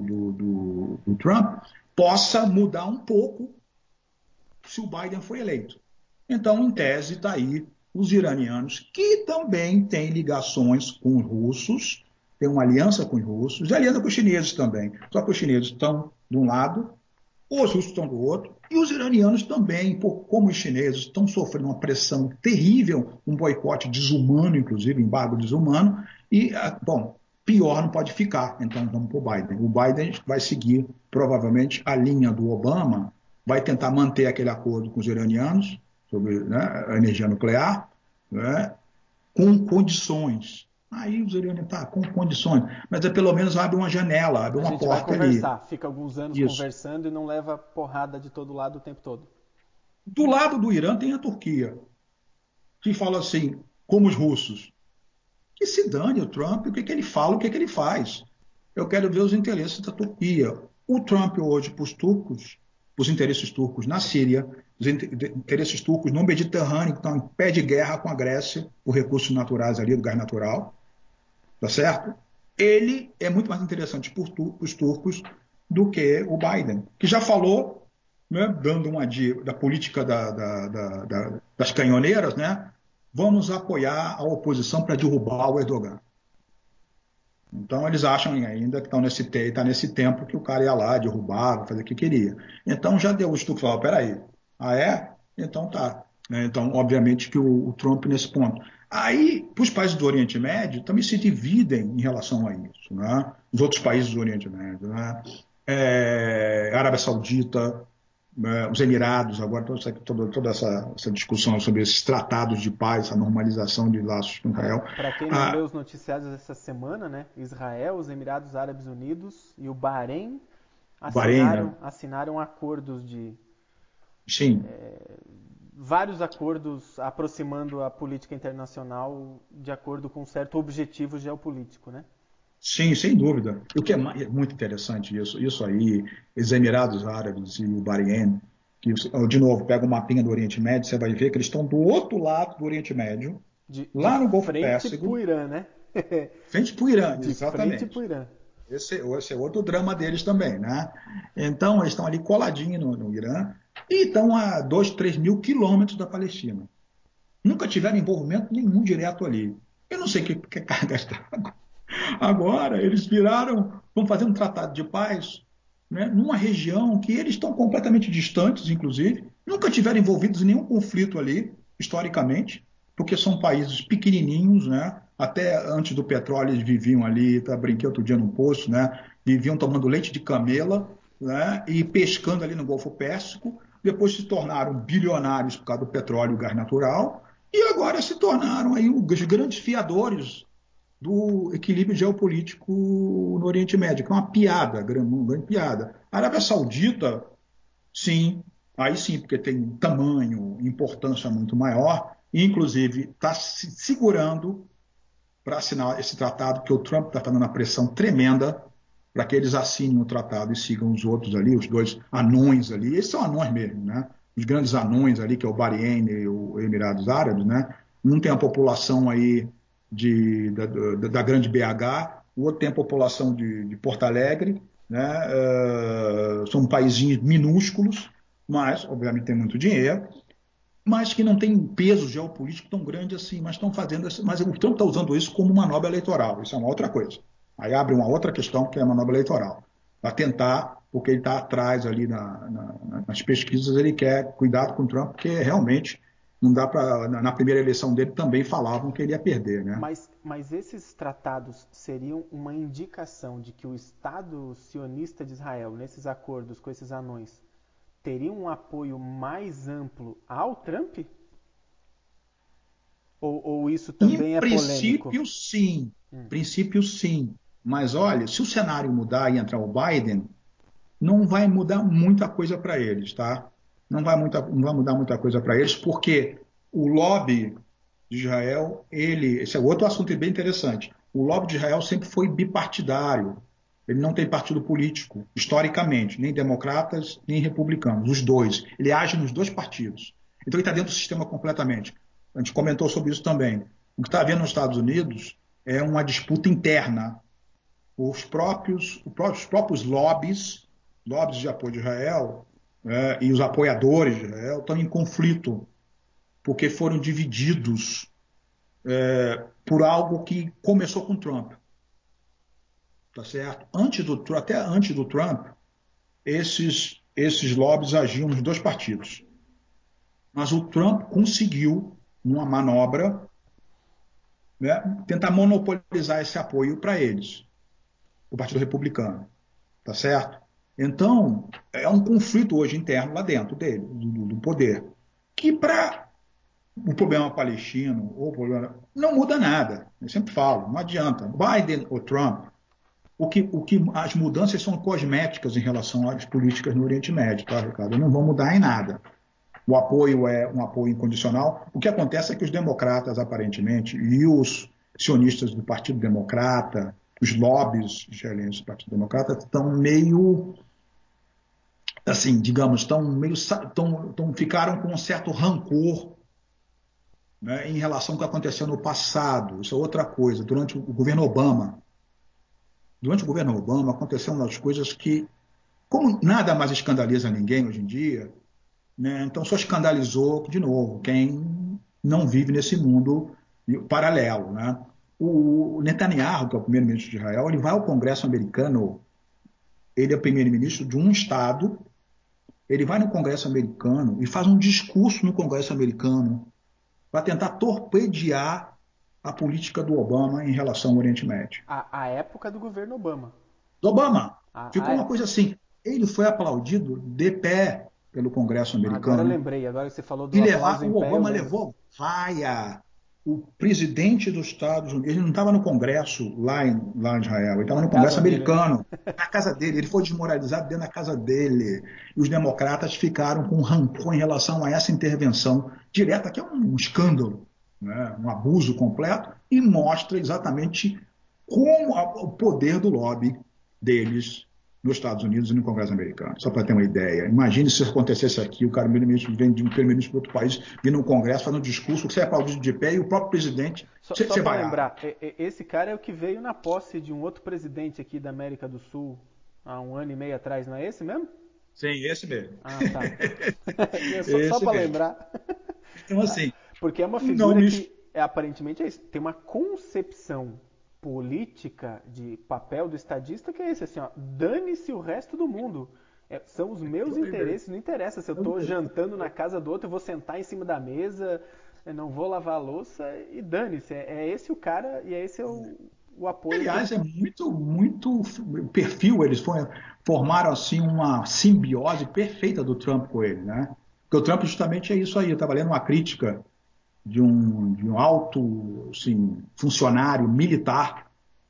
do Trump possa mudar um pouco se o Biden for eleito. Então, em tese, está aí os iranianos, que também têm ligações com os russos, têm uma aliança com os russos, e aliança com os chineses também. Só que os chineses estão de um lado, os russos estão do outro, e os iranianos também, como os chineses, estão sofrendo uma pressão terrível, um boicote desumano, inclusive, embargo desumano, e, bom, pior não pode ficar, então vamos para o Biden. O Biden vai seguir, provavelmente, a linha do Obama, vai tentar manter aquele acordo com os iranianos sobre, né, a energia nuclear, né, com condições. Aí os iranianos, tá, com condições, mas pelo menos abre uma janela, abre A uma gente vai porta ali. conversar, fica alguns anos Isso. conversando e não leva porrada de todo lado o tempo todo. Do lado do Irã tem a Turquia, que fala assim, como os russos, que se dane o Trump, o que, que ele fala, o que, que ele faz. Eu quero ver os interesses da Turquia. O Trump hoje, para os turcos, os interesses turcos na Síria, os interesses turcos no Mediterrâneo, que estão em pé de guerra com a Grécia, por recursos naturais ali, do gás natural, tá certo? Ele é muito mais interessante para os turcos do que o Biden, que já falou, né, dando uma dica da política das canhoneiras, né? Vamos apoiar a oposição para derrubar o Erdogan. Então, eles acham ainda que está nesse tempo que o cara ia lá, derrubava, fazer o que queria. Então, já deu o estudo e falou: peraí, ah é? Então tá. Né? Então, obviamente que o Trump nesse ponto. Aí, os países do Oriente Médio também se dividem em relação a isso. Né? Os outros países do Oriente Médio. Né? Arábia Saudita, né? Os Emirados, agora toda essa discussão sobre esses tratados de paz, essa normalização de laços com Israel. Para quem não leu os noticiários essa semana, né? Israel, os Emirados Árabes Unidos e o Bahrein Bahrein, né? assinaram acordos de Sim, vários acordos aproximando a política internacional de acordo com um certo objetivo geopolítico, né? sim, sem dúvida. E o que é muito interessante isso aí, os Emirados Árabes e o Bahrein, que, de novo, pega o mapinha do Oriente Médio, você vai ver que eles estão do outro lado do Oriente Médio, De lá no Golfo frente pro Pérsico, Irã, né? frente para o Irã, De frente pro exatamente. Irã. Esse é outro drama deles também, né? Então, eles estão ali coladinhos no Irã e estão a 2, 3 mil quilômetros da Palestina. Nunca tiveram envolvimento nenhum direto ali. Eu não sei que carga está. Agora, eles vão fazer um tratado de paz, né, numa região que eles estão completamente distantes, inclusive, nunca tiveram envolvidos em nenhum conflito ali, historicamente, porque são países pequenininhos, né? Até antes do petróleo eles viviam ali, tá, brinquei outro dia num poço, né? Viviam tomando leite de camela, né? E pescando ali no Golfo Pérsico. Depois se tornaram bilionários por causa do petróleo e gás natural, e agora se tornaram aí os grandes fiadores do equilíbrio geopolítico no Oriente Médio, que é uma piada, uma grande piada. A Arábia Saudita, sim, aí sim, porque tem tamanho, importância muito maior, e inclusive está se segurando para assinar esse tratado, que o Trump está fazendo uma pressão tremenda para que eles assinem o tratado e sigam os outros ali, os dois anões ali, esses são anões mesmo, né? Os grandes anões ali, que é o Bahrein e o Emirados Árabes, né? Um tem a população aí da grande BH, o outro tem a população de Porto Alegre, né? São paizinhos minúsculos, mas, obviamente, tem muito dinheiro, mas que não tem um peso geopolítico tão grande assim, mas estão fazendo, mas o Trump está usando isso como manobra eleitoral, isso é uma outra coisa. Aí abre uma outra questão que é a manobra eleitoral, para tentar, porque ele está atrás ali nas pesquisas, ele quer cuidado com o Trump, porque realmente não dá para, na primeira eleição dele também falavam que ele ia perder, né? Mas esses tratados seriam uma indicação de que o Estado sionista de Israel, nesses acordos com esses anões, teria um apoio mais amplo ao Trump? Ou isso Em também é polêmico? princípio, sim. Princípio, sim. Mas olha, se o cenário mudar e entrar o Biden, não vai mudar muita coisa para eles, tá? Não vai mudar muita coisa para eles, porque o lobby de Israel, esse é outro assunto bem interessante. O lobby de Israel sempre foi bipartidário. Ele não tem partido político, historicamente, nem democratas, nem republicanos, os dois. Ele age nos dois partidos. Então ele está dentro do sistema completamente. A gente comentou sobre isso também. O que está havendo nos Estados Unidos é uma disputa interna. Os próprios lobbies de apoio de Israel, e os apoiadores de Israel estão em conflito, porque foram divididos por algo que começou com Trump, tá certo? Até antes do Trump, esses lobbies agiam nos dois partidos. Mas o Trump conseguiu, numa manobra, né, tentar monopolizar esse apoio para eles, o Partido Republicano, tá certo? Então, é um conflito hoje interno lá dentro dele, do poder, que para o problema palestino, ou o problema, não muda nada. Eu sempre falo, não adianta. Biden ou Trump, as mudanças são cosméticas em relação às políticas no Oriente Médio, tá, Ricardo? Não vão mudar em nada. O apoio é um apoio incondicional. O que acontece é que os democratas, aparentemente, e os sionistas do Partido Democrata, os lobbies israelenses do Partido Democrata, estão meio, assim, digamos, ficaram com um certo rancor, né, em relação ao que aconteceu no passado. Isso é outra coisa. Durante o governo Obama aconteceu uma das coisas que, como nada mais escandaliza ninguém hoje em dia, né, então só escandalizou, de novo, quem não vive nesse mundo paralelo. Né? O Netanyahu, que é o primeiro-ministro de Israel, ele vai ao Congresso americano, ele é primeiro-ministro de um estado, ele vai no Congresso americano e faz um discurso no Congresso americano para tentar torpedear a política do Obama em relação ao Oriente Médio. A época do governo Obama. Do Obama, ficou uma A, coisa assim. Ele foi aplaudido de pé pelo Congresso agora eu americano lembrei, agora que você falou e do aplauso em o pé, eu Obama lembro. levou vaia. O presidente dos Estados Unidos, ele não estava no Congresso lá em Israel, ele estava Na no Congresso casa dele, né? americano, na casa dele. Ele foi desmoralizado dentro da casa dele. E os democratas ficaram com rancor em relação a essa intervenção direta, que é um escândalo, né? Um abuso completo, e mostra exatamente como o poder do lobby deles nos Estados Unidos e no Congresso americano. Só para ter uma ideia. Imagine se acontecesse aqui, o cara primeiro-ministro vem de um primeiro-ministro de outro país, vindo num Congresso, fazendo um discurso, que você é aplaudido de pé, e o próprio presidente, Só você para vaiado. lembrar, esse cara é o que veio na posse de um outro presidente aqui da América do Sul há um ano e meio atrás, não é esse mesmo? Sim, esse mesmo. Ah, tá. Só Esse para mesmo. lembrar. Então, assim, Porque é uma não figura me. que aparentemente é isso, tem uma concepção política de papel do estadista que é esse, assim, ó, dane-se o resto do mundo. São os meus interesses, não interessa se eu estou jantando na casa do outro, eu vou sentar em cima da mesa, eu não vou lavar a louça e dane-se. É esse o cara e é esse o apoio que Aliás, é muito perfil, formaram assim uma simbiose perfeita do Trump com ele, né? Porque o Trump justamente é isso aí. Eu estava lendo uma crítica de um alto, assim, funcionário militar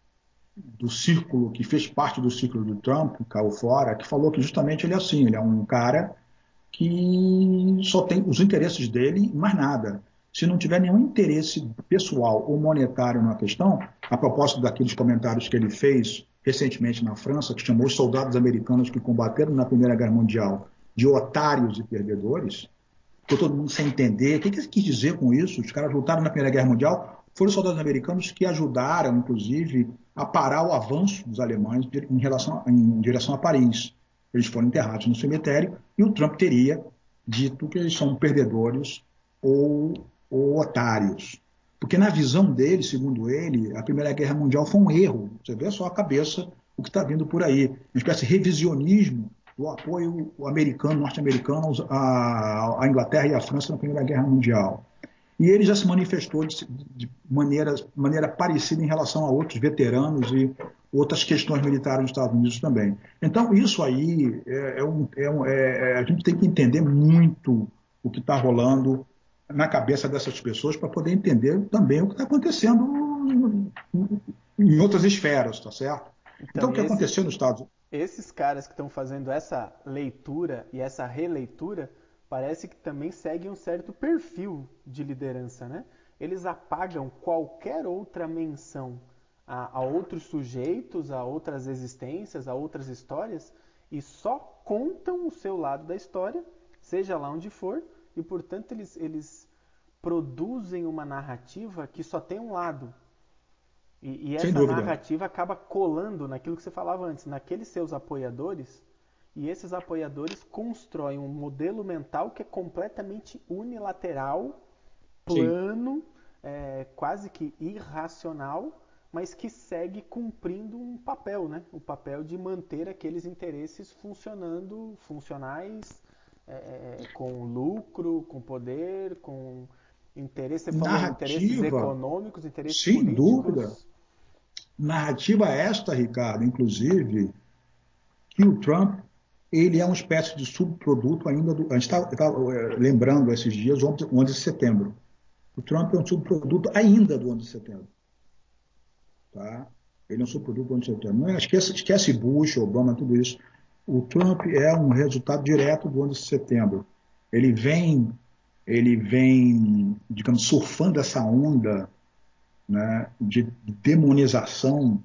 do círculo, que fez parte do círculo do Trump, caiu fora, que falou que justamente ele é assim, ele é um cara que só tem os interesses dele e mais nada. Se não tiver nenhum interesse pessoal ou monetário na questão, a propósito daqueles comentários que ele fez recentemente na França, que chamou os soldados americanos que combateram na Primeira Guerra Mundial de otários e perdedores, ficou todo mundo sem entender. O que ele quis dizer com isso? Os caras lutaram na Primeira Guerra Mundial, foram os soldados americanos que ajudaram, inclusive, a parar o avanço dos alemães em direção a Paris. Eles foram enterrados no cemitério e o Trump teria dito que eles são perdedores ou otários. Porque na visão dele, segundo ele, a Primeira Guerra Mundial foi um erro. Você vê só a cabeça, o que está vindo por aí. Uma espécie de revisionismo do apoio americano, norte-americano à Inglaterra e à França na Primeira Guerra Mundial. E ele já se manifestou de maneira parecida em relação a outros veteranos e outras questões militares nos Estados Unidos também. Então, isso aí, a gente tem que entender muito o que está rolando na cabeça dessas pessoas para poder entender também o que está acontecendo em outras esferas, tá certo? Então, Então, o que aconteceu nos Estados Unidos? esses caras que estão fazendo essa leitura e essa releitura, parece que também seguem um certo perfil de liderança, né? Eles apagam qualquer outra menção a outros sujeitos, a outras existências, a outras histórias, e só contam o seu lado da história, seja lá onde for, e portanto eles produzem uma narrativa que só tem um lado, e Sem essa dúvida. narrativa acaba colando naquilo que você falava antes, naqueles seus apoiadores, e esses apoiadores constroem um modelo mental que é completamente unilateral, Sim. plano, quase que irracional, mas que segue cumprindo um papel, né? O papel de manter aqueles interesses funcionando, funcionais, com lucro, com poder, com interesse. Você falou interesses Narrativa, econômicos, interesses sem dúvida. políticos. Narrativa esta, Ricardo, inclusive, que o Trump ele é uma espécie de subproduto ainda do. A gente está lembrando esses dias, 11 de setembro. O Trump é um subproduto ainda do 11 de setembro. Tá? Ele é um subproduto do 11 de setembro. Não é, esquece Bush, Obama, tudo isso. O Trump é um resultado direto do 11 de setembro. Ele vem, ele vem, digamos, surfando essa onda, né, de demonização,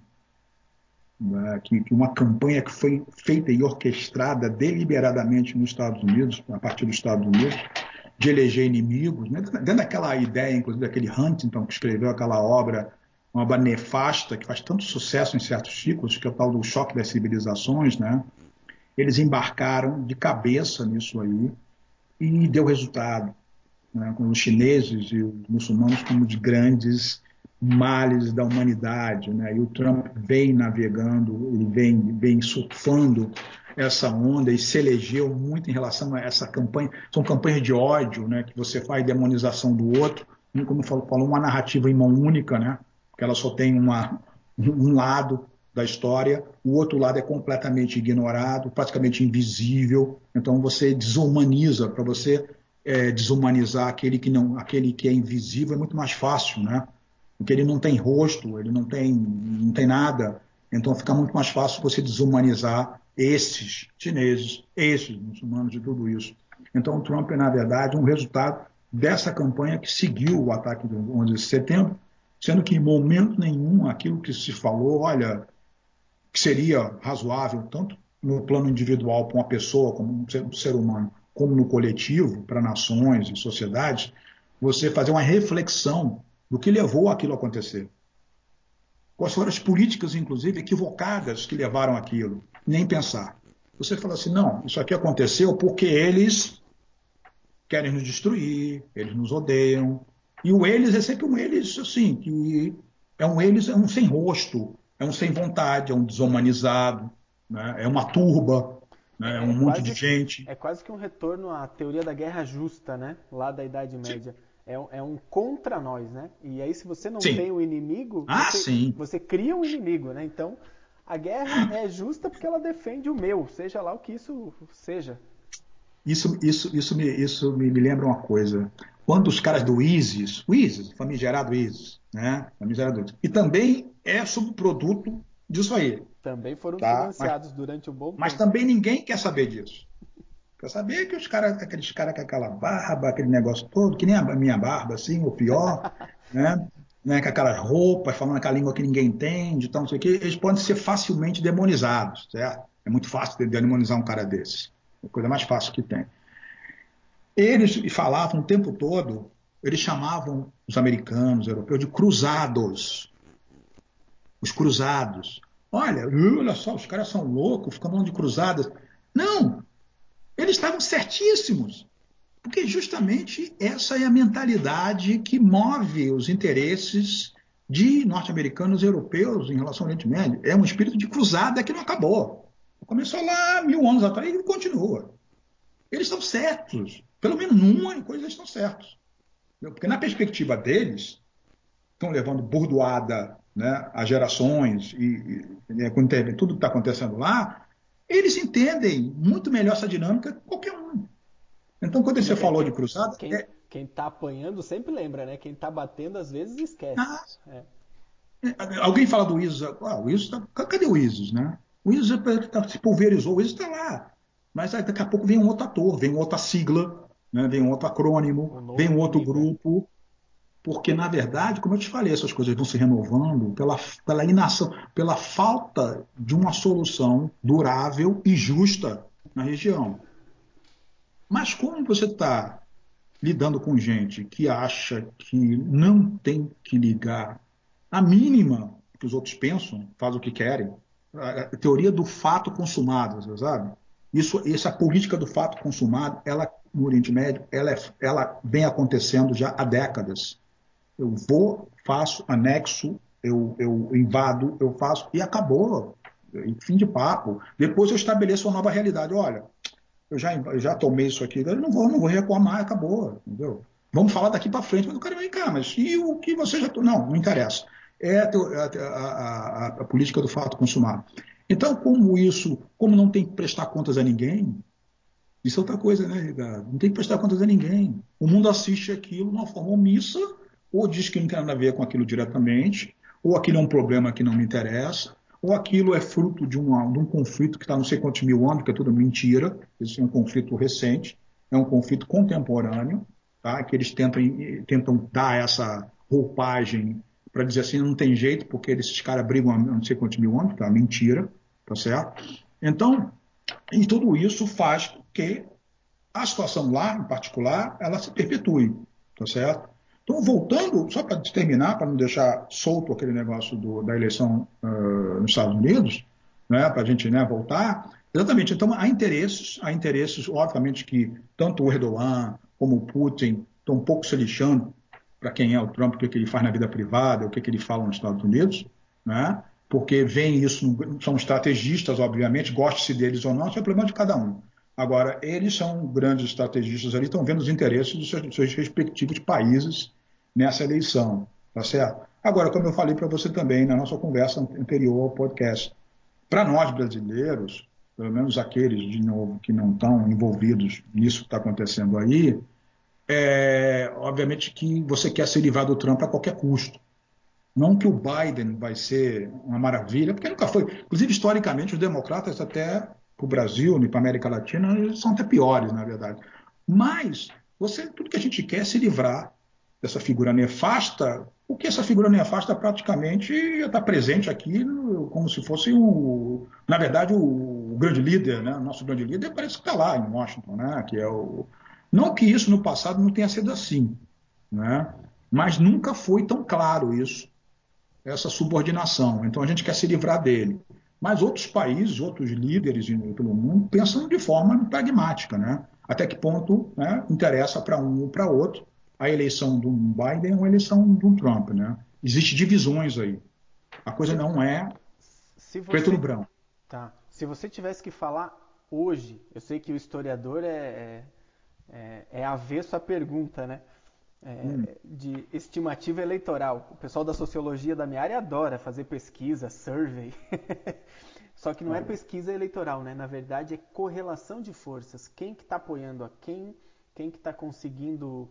né, que uma campanha que foi feita e orquestrada deliberadamente nos Estados Unidos, a partir dos Estados Unidos, de eleger inimigos, né, dentro daquela ideia, inclusive, daquele Huntington, que escreveu aquela obra, uma obra nefasta, que faz tanto sucesso em certos ciclos, que é o tal do choque das civilizações, né? Eles embarcaram de cabeça nisso aí e deu resultado, né, com os chineses e os muçulmanos como os grandes males da humanidade. Né? E o Trump vem navegando, ele vem surfando essa onda e se elegeu muito em relação a essa campanha. São campanhas de ódio, né, que você faz demonização do outro, como falou, uma narrativa em mão única, né, que ela só tem um lado da história, o outro lado é completamente ignorado, praticamente invisível. Então você desumaniza para você desumanizar aquele que é invisível é muito mais fácil, né? Porque ele não tem rosto, ele não tem nada. Então fica muito mais fácil você desumanizar esses chineses, esses muçulmanos e tudo isso. Então o Trump é, na verdade, um resultado dessa campanha que seguiu o ataque do 11 de setembro, sendo que em momento nenhum aquilo que se falou, olha, que seria razoável, tanto no plano individual para uma pessoa, como um ser humano, como no coletivo, para nações e sociedades, você fazer uma reflexão do que levou aquilo a acontecer. Quais foram as políticas, inclusive, equivocadas que levaram aquilo? Nem pensar. Você fala assim, não, isso aqui aconteceu porque eles querem nos destruir, eles nos odeiam. E o eles é sempre um eles, assim, que é um eles, é um sem rosto, é um sem vontade, é um desumanizado, né? É uma turba, né? É É, um é monte de quase, gente. é quase que um retorno à teoria da guerra justa, né? Lá da Idade Média. É um contra nós, né? E aí, se você não tem Sim. o inimigo, Ah, você, sim. você cria um inimigo, né? Então, a guerra é justa porque ela defende o meu, seja lá o que isso seja. Isso me lembra uma coisa. Quando os caras do ISIS, o ISIS, famigerado ISIS, né? Famigerado ISIS, e também é subproduto disso aí, Também foram tá? Mas, financiados durante um bom mas tempo. também ninguém quer saber disso. Quer saber que aqueles caras com aquela barba, aquele negócio todo, que nem a minha barba, assim, ou pior, né? Né, com aquelas roupas, falando aquela língua que ninguém entende, então, não sei o quê, eles podem ser facilmente demonizados, certo? É muito fácil de demonizar um cara desses. É a coisa mais fácil que tem. Eles falavam o tempo todo, eles chamavam os americanos, os europeus, de cruzados. Os cruzados. Olha só, os caras são loucos, ficam falando de cruzadas. Não, eles estavam certíssimos. Porque justamente essa é a mentalidade que move os interesses de norte-americanos e europeus em relação ao Oriente Médio. É um espírito de cruzada que não acabou. Começou lá 1000 anos atrás e continua. Eles estão certos. Pelo menos numa coisa eles estão certos. Porque na perspectiva deles, estão levando burdoada, né, a gerações quando tudo que está acontecendo lá, eles entendem muito melhor essa dinâmica que qualquer um. Então, quando Como você é que é? falou de cruzada, Quem tá apanhando sempre lembra, né? Quem tá batendo às vezes esquece. ah, É. alguém fala do ISIS, o ISIS cadê o ISIS, né? O ISIS se pulverizou, o ISIS está lá. Mas aí, daqui a pouco vem um outro ator, vem outra sigla, né? Vem um outro acrônimo, Um vem novo um outro inimigo, é. grupo, porque, na verdade, como eu te falei, essas coisas vão se renovando pela inação, pela falta de uma solução durável e justa na região. Mas como você está lidando com gente que acha que não tem que ligar a mínima que os outros pensam, faz o que querem, a teoria do fato consumado, você sabe? Essa política do fato consumado, ela no Oriente Médio, ela vem acontecendo já há décadas. Eu vou, faço, anexo, eu invado, eu faço, e acabou. E fim de papo. Depois eu estabeleço uma nova realidade. Olha, eu já tomei isso aqui, eu não vou recuar mais, acabou, entendeu? Vamos falar daqui para frente, mas o cara vem cá, mas e o que você já. Não, não interessa. É a política do fato consumado. Então, como não tem que prestar contas a ninguém, isso é outra coisa, né, Ricardo? Não tem que prestar contas a ninguém. O mundo assiste aquilo de uma forma omissa, ou diz que não tem nada a ver com aquilo diretamente, ou aquilo é um problema que não me interessa, ou aquilo é fruto de um conflito que está não sei quantos mil anos, que é tudo mentira. Isso é um conflito recente, é um conflito contemporâneo, tá? Que eles tentam dar essa roupagem para dizer assim, não tem jeito, porque esses caras brigam há não sei quantos mil anos, tá? Mentira, tá certo? Então, e tudo isso faz com que a situação lá, em particular, ela se perpetue, tá certo? Então, voltando, só para terminar, para não deixar solto aquele negócio da eleição nos Estados Unidos, né, para a gente, né, voltar, exatamente, então há interesses, obviamente, que tanto o Erdogan como o Putin estão um pouco se lixando para quem é o Trump, o que, que ele faz na vida privada, o que, que ele fala nos Estados Unidos, né, porque veem isso, são estrategistas, obviamente, goste-se deles ou não, isso é o problema de cada um. Agora, eles são grandes estrategistas ali, estão vendo os interesses dos seus respectivos países nessa eleição, tá certo? Agora, como eu falei para você também na nossa conversa anterior ao podcast, para nós brasileiros, pelo menos aqueles, de novo, que não estão envolvidos nisso que está acontecendo aí, obviamente que você quer se livrar do Trump a qualquer custo. Não que o Biden vai ser uma maravilha, porque nunca foi. Inclusive, historicamente, os democratas, até para o Brasil e para a América Latina, eles são até piores, na verdade. Mas tudo que a gente quer é se livrar dessa figura nefasta, porque essa figura nefasta praticamente está presente aqui como se fosse na verdade, o grande líder, né? O nosso grande líder parece que está lá em Washington, né? Que é o, não que isso no passado não tenha sido assim, né? Mas nunca foi tão claro isso, essa subordinação. Então a gente quer se livrar dele. Mas outros países, outros líderes pelo mundo pensam de forma pragmática, né? Até que ponto, né, interessa para um ou para outro a eleição do Biden ou a eleição do Trump, né? Existem divisões aí. A coisa Se, não é se preto no você, branco. tá, se você tivesse que falar hoje, eu sei que o historiador é avesso à pergunta, né? De estimativa eleitoral. O pessoal da sociologia da minha área adora fazer pesquisa, survey. Só que não é pesquisa eleitoral, né? Na verdade é correlação de forças. Quem que está apoiando a quem que está conseguindo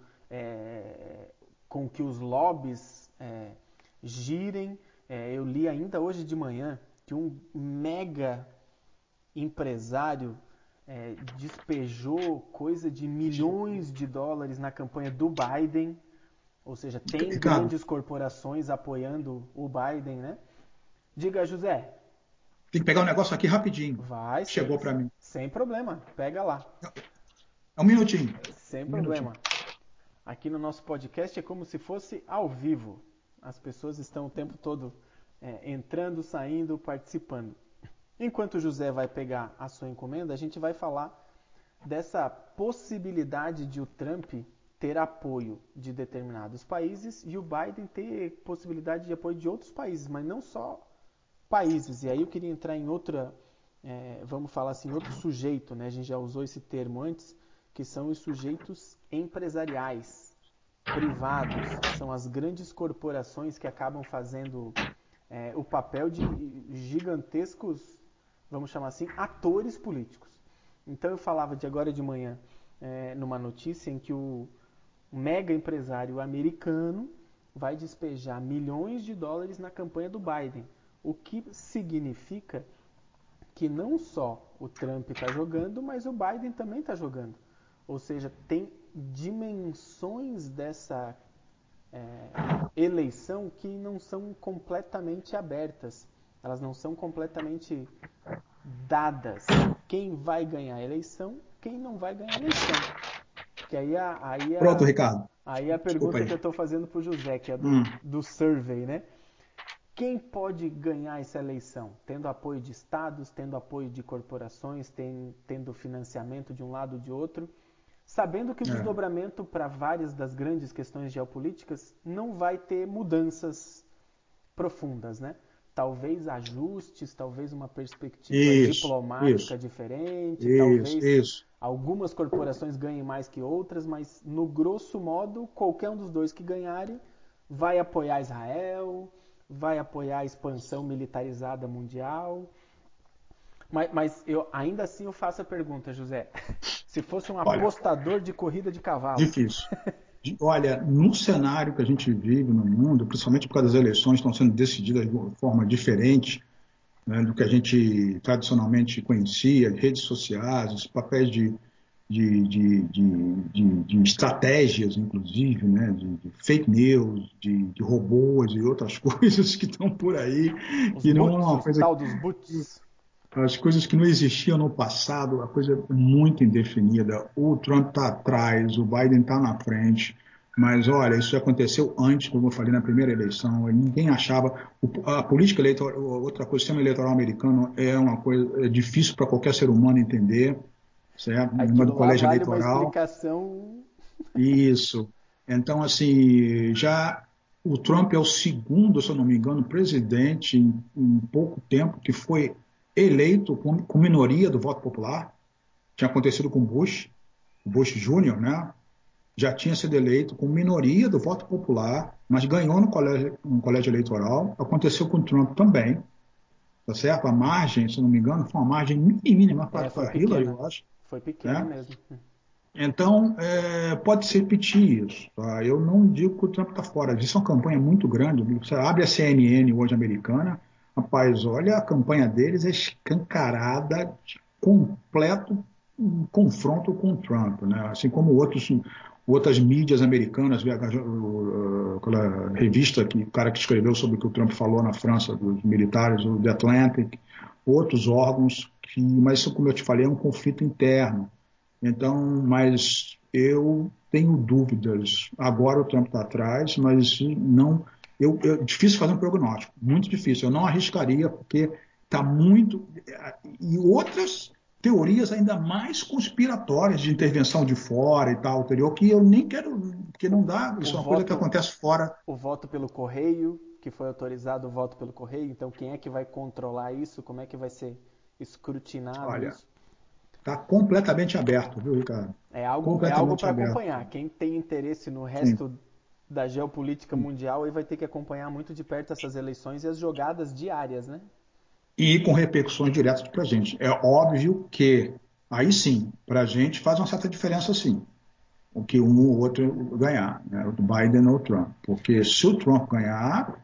com que os lobbies girem. Eu li ainda hoje de manhã que um mega empresário despejou coisa de milhões de dólares na campanha do Biden, ou seja, tem Ricardo, grandes corporações apoiando o Biden, né? Diga, José. tem que pegar um negócio aqui rapidinho. Vai, Chegou para mim. sem problema. Pega lá. É um minutinho. Sem Um minutinho. problema. Aqui no nosso podcast é como se fosse ao vivo. As pessoas estão o tempo todo entrando, saindo, participando. Enquanto o José vai pegar a sua encomenda, a gente vai falar dessa possibilidade de o Trump ter apoio de determinados países e o Biden ter possibilidade de apoio de outros países, mas não só países. E aí eu queria entrar em outra, vamos falar assim, outro sujeito, né? A gente já usou esse termo antes, que são os sujeitos empresariais. privados, são as grandes corporações que acabam fazendo o papel de gigantescos, vamos chamar assim, atores políticos. Então eu falava de agora de manhã, numa notícia em que o mega empresário americano vai despejar milhões de dólares na campanha do Biden, o que significa que não só o Trump está jogando, mas o Biden também está jogando. Ou seja, tem dimensões dessa eleição que não são completamente abertas. Elas não são completamente dadas. Quem vai ganhar a eleição, quem não vai ganhar a eleição. Que Pronto, Ricardo. aí a Desculpa pergunta aí. que eu estou fazendo para o José, que é Hum. do survey, né? Quem pode ganhar essa eleição? Tendo apoio de estados, tendo apoio de corporações, tendo financiamento de um lado ou de outro, sabendo que o desdobramento para várias das grandes questões geopolíticas não vai ter mudanças profundas, né? Talvez ajustes, talvez uma perspectiva Isso, diplomática isso, diferente, isso, talvez isso. algumas corporações ganhem mais que outras, mas no grosso modo, qualquer um dos dois que ganharem vai apoiar Israel, vai apoiar a expansão militarizada mundial. Mas eu ainda assim eu faço a pergunta, José. Se fosse um Olha, apostador de corrida de cavalo. difícil. Olha, no cenário que a gente vive no mundo, principalmente por causa das eleições estão sendo decididas de uma forma diferente, né, do que a gente tradicionalmente conhecia, redes sociais, os papéis de estratégias, inclusive, né, de fake news, de robôs e outras coisas que estão por aí, Os que não é boots, uma os coisa. tal dos boots. As coisas que não existiam no passado, a coisa é muito indefinida. O Trump está atrás, o Biden está na frente. Mas olha, isso aconteceu antes, como eu falei na primeira eleição. Ninguém achava. A política eleitoral, outra coisa, o sistema eleitoral americano é uma coisa difícil para qualquer ser humano entender, certo? No negócio Aquilo do lá colégio vale uma eleitoral. explicação. Isso. Então, assim, já o Trump é o segundo, se eu não me engano, presidente em pouco tempo que foi eleito com minoria do voto popular. Tinha acontecido com o Bush Júnior, né? Já tinha sido eleito com minoria do voto popular, mas ganhou no colégio eleitoral. Aconteceu com o Trump também, tá certo? A margem, se eu não me engano, foi uma margem mínima Foi para a Hillary, pequena. eu acho, Foi pequena né? mesmo. Então, pode ser repetir isso. Tá? Eu não digo que o Trump está fora. Isso é uma campanha muito grande. Você abre a CNN hoje americana, rapaz, olha, a campanha deles é escancarada, de completo confronto com o Trump. Né? Assim como outras mídias americanas, aquela revista, o cara que escreveu sobre o que o Trump falou na França, dos militares, o The Atlantic, outros órgãos, mas como eu te falei, é um conflito interno. Então, mas eu tenho dúvidas. Agora o Trump está atrás, mas não. Difícil fazer um prognóstico, muito difícil. Eu não arriscaria, porque está muito. E outras teorias ainda mais conspiratórias de intervenção de fora e tal, anterior, que eu nem quero, porque não dá. O Isso é uma coisa que voto, acontece fora. o voto pelo correio, que foi autorizado o voto pelo correio, então quem é que vai controlar isso? Como é que vai ser escrutinado Olha, isso? está completamente aberto, viu, Ricardo? É algo Completamente para aberto. acompanhar. Quem tem interesse no Sim. resto da geopolítica mundial aí vai ter que acompanhar muito de perto essas eleições e as jogadas diárias, né? E com repercussões diretas para a gente. É óbvio que, aí sim, para a gente faz uma certa diferença, sim, o que um ou outro ganhar, né? O Biden ou o Trump. Porque se o Trump ganhar,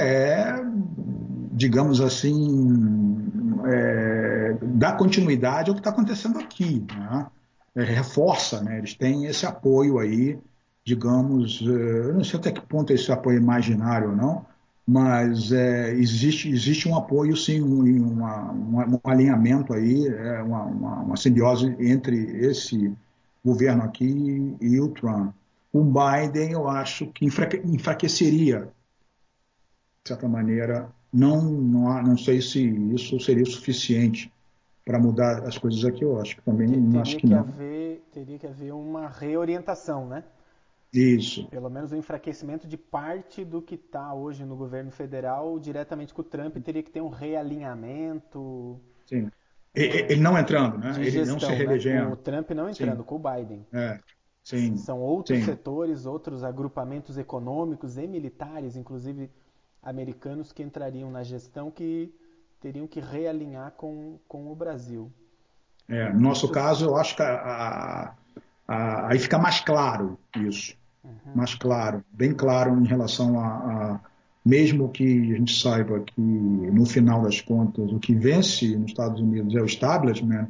digamos assim, dá continuidade ao que está acontecendo aqui, né? Reforça, né? Eles têm esse apoio aí, digamos, eu não sei até que ponto esse apoio é imaginário ou não, mas existe um apoio, sim, um alinhamento aí, uma simbiose entre esse governo aqui e o Trump. O Biden, eu acho que enfraqueceria, de certa maneira, não sei se isso seria o suficiente para mudar as coisas aqui, eu acho que também acho que não. Teria que haver uma reorientação, né? Isso, Pelo menos o enfraquecimento de parte do que está hoje no governo federal diretamente com o Trump teria que ter um realinhamento sim. Ele não entrando, né? de Ele não se gestão, né? Com o reelegendo. Trump não Sim, entrando, com o Biden. é. sim, São outros sim. setores, outros agrupamentos econômicos e militares, inclusive americanos, que entrariam na gestão, que teriam que realinhar com o Brasil. No nosso Isso. caso, eu acho que aí fica mais claro isso, Uhum. mais claro, bem claro em relação mesmo que a gente saiba que no final das contas o que vence nos Estados Unidos é o establishment,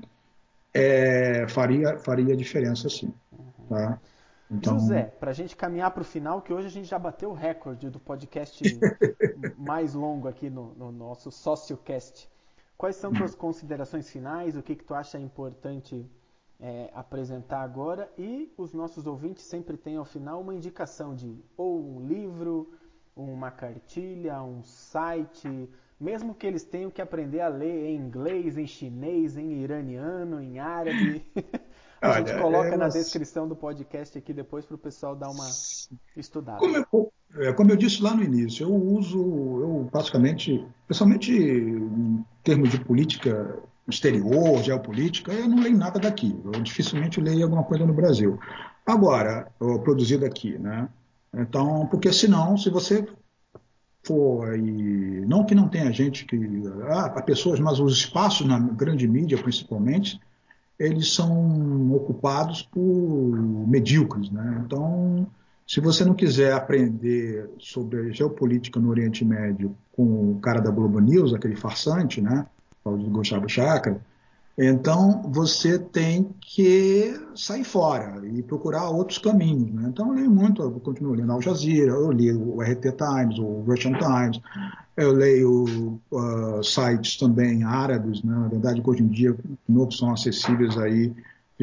faria diferença sim, tá? José, Então, para a gente caminhar para o final, que hoje a gente já bateu o recorde do podcast mais longo aqui no nosso SócioCast. Quais são tuas considerações finais? O que tu acha importante apresentar agora? E os nossos ouvintes sempre têm ao final uma indicação de ou um livro, uma cartilha, um site, mesmo que eles tenham que aprender a ler em inglês, em chinês, em iraniano, em árabe. A gente olha, coloca na descrição do podcast aqui depois para o pessoal dar uma estudada. como eu disse lá no início, eu praticamente, principalmente em termos de política exterior, geopolítica, eu não leio nada daqui. Eu dificilmente leio alguma coisa no Brasil. Agora, produzido aqui, né? Então, porque senão, se você for e não que não tenha gente que há pessoas, mas os espaços na grande mídia, principalmente, eles são ocupados por medíocres, né? Então, se você não quiser aprender sobre a geopolítica no Oriente Médio com o cara da Globo News, aquele farsante, né? O Gustavo Chakra, então você tem que sair fora e procurar outros caminhos, né? Então eu leio muito, eu continuo lendo Al Jazeera, eu li o RT Times, o Russian Times, eu leio sites também árabes, né? Na verdade, que hoje em dia novos são acessíveis aí.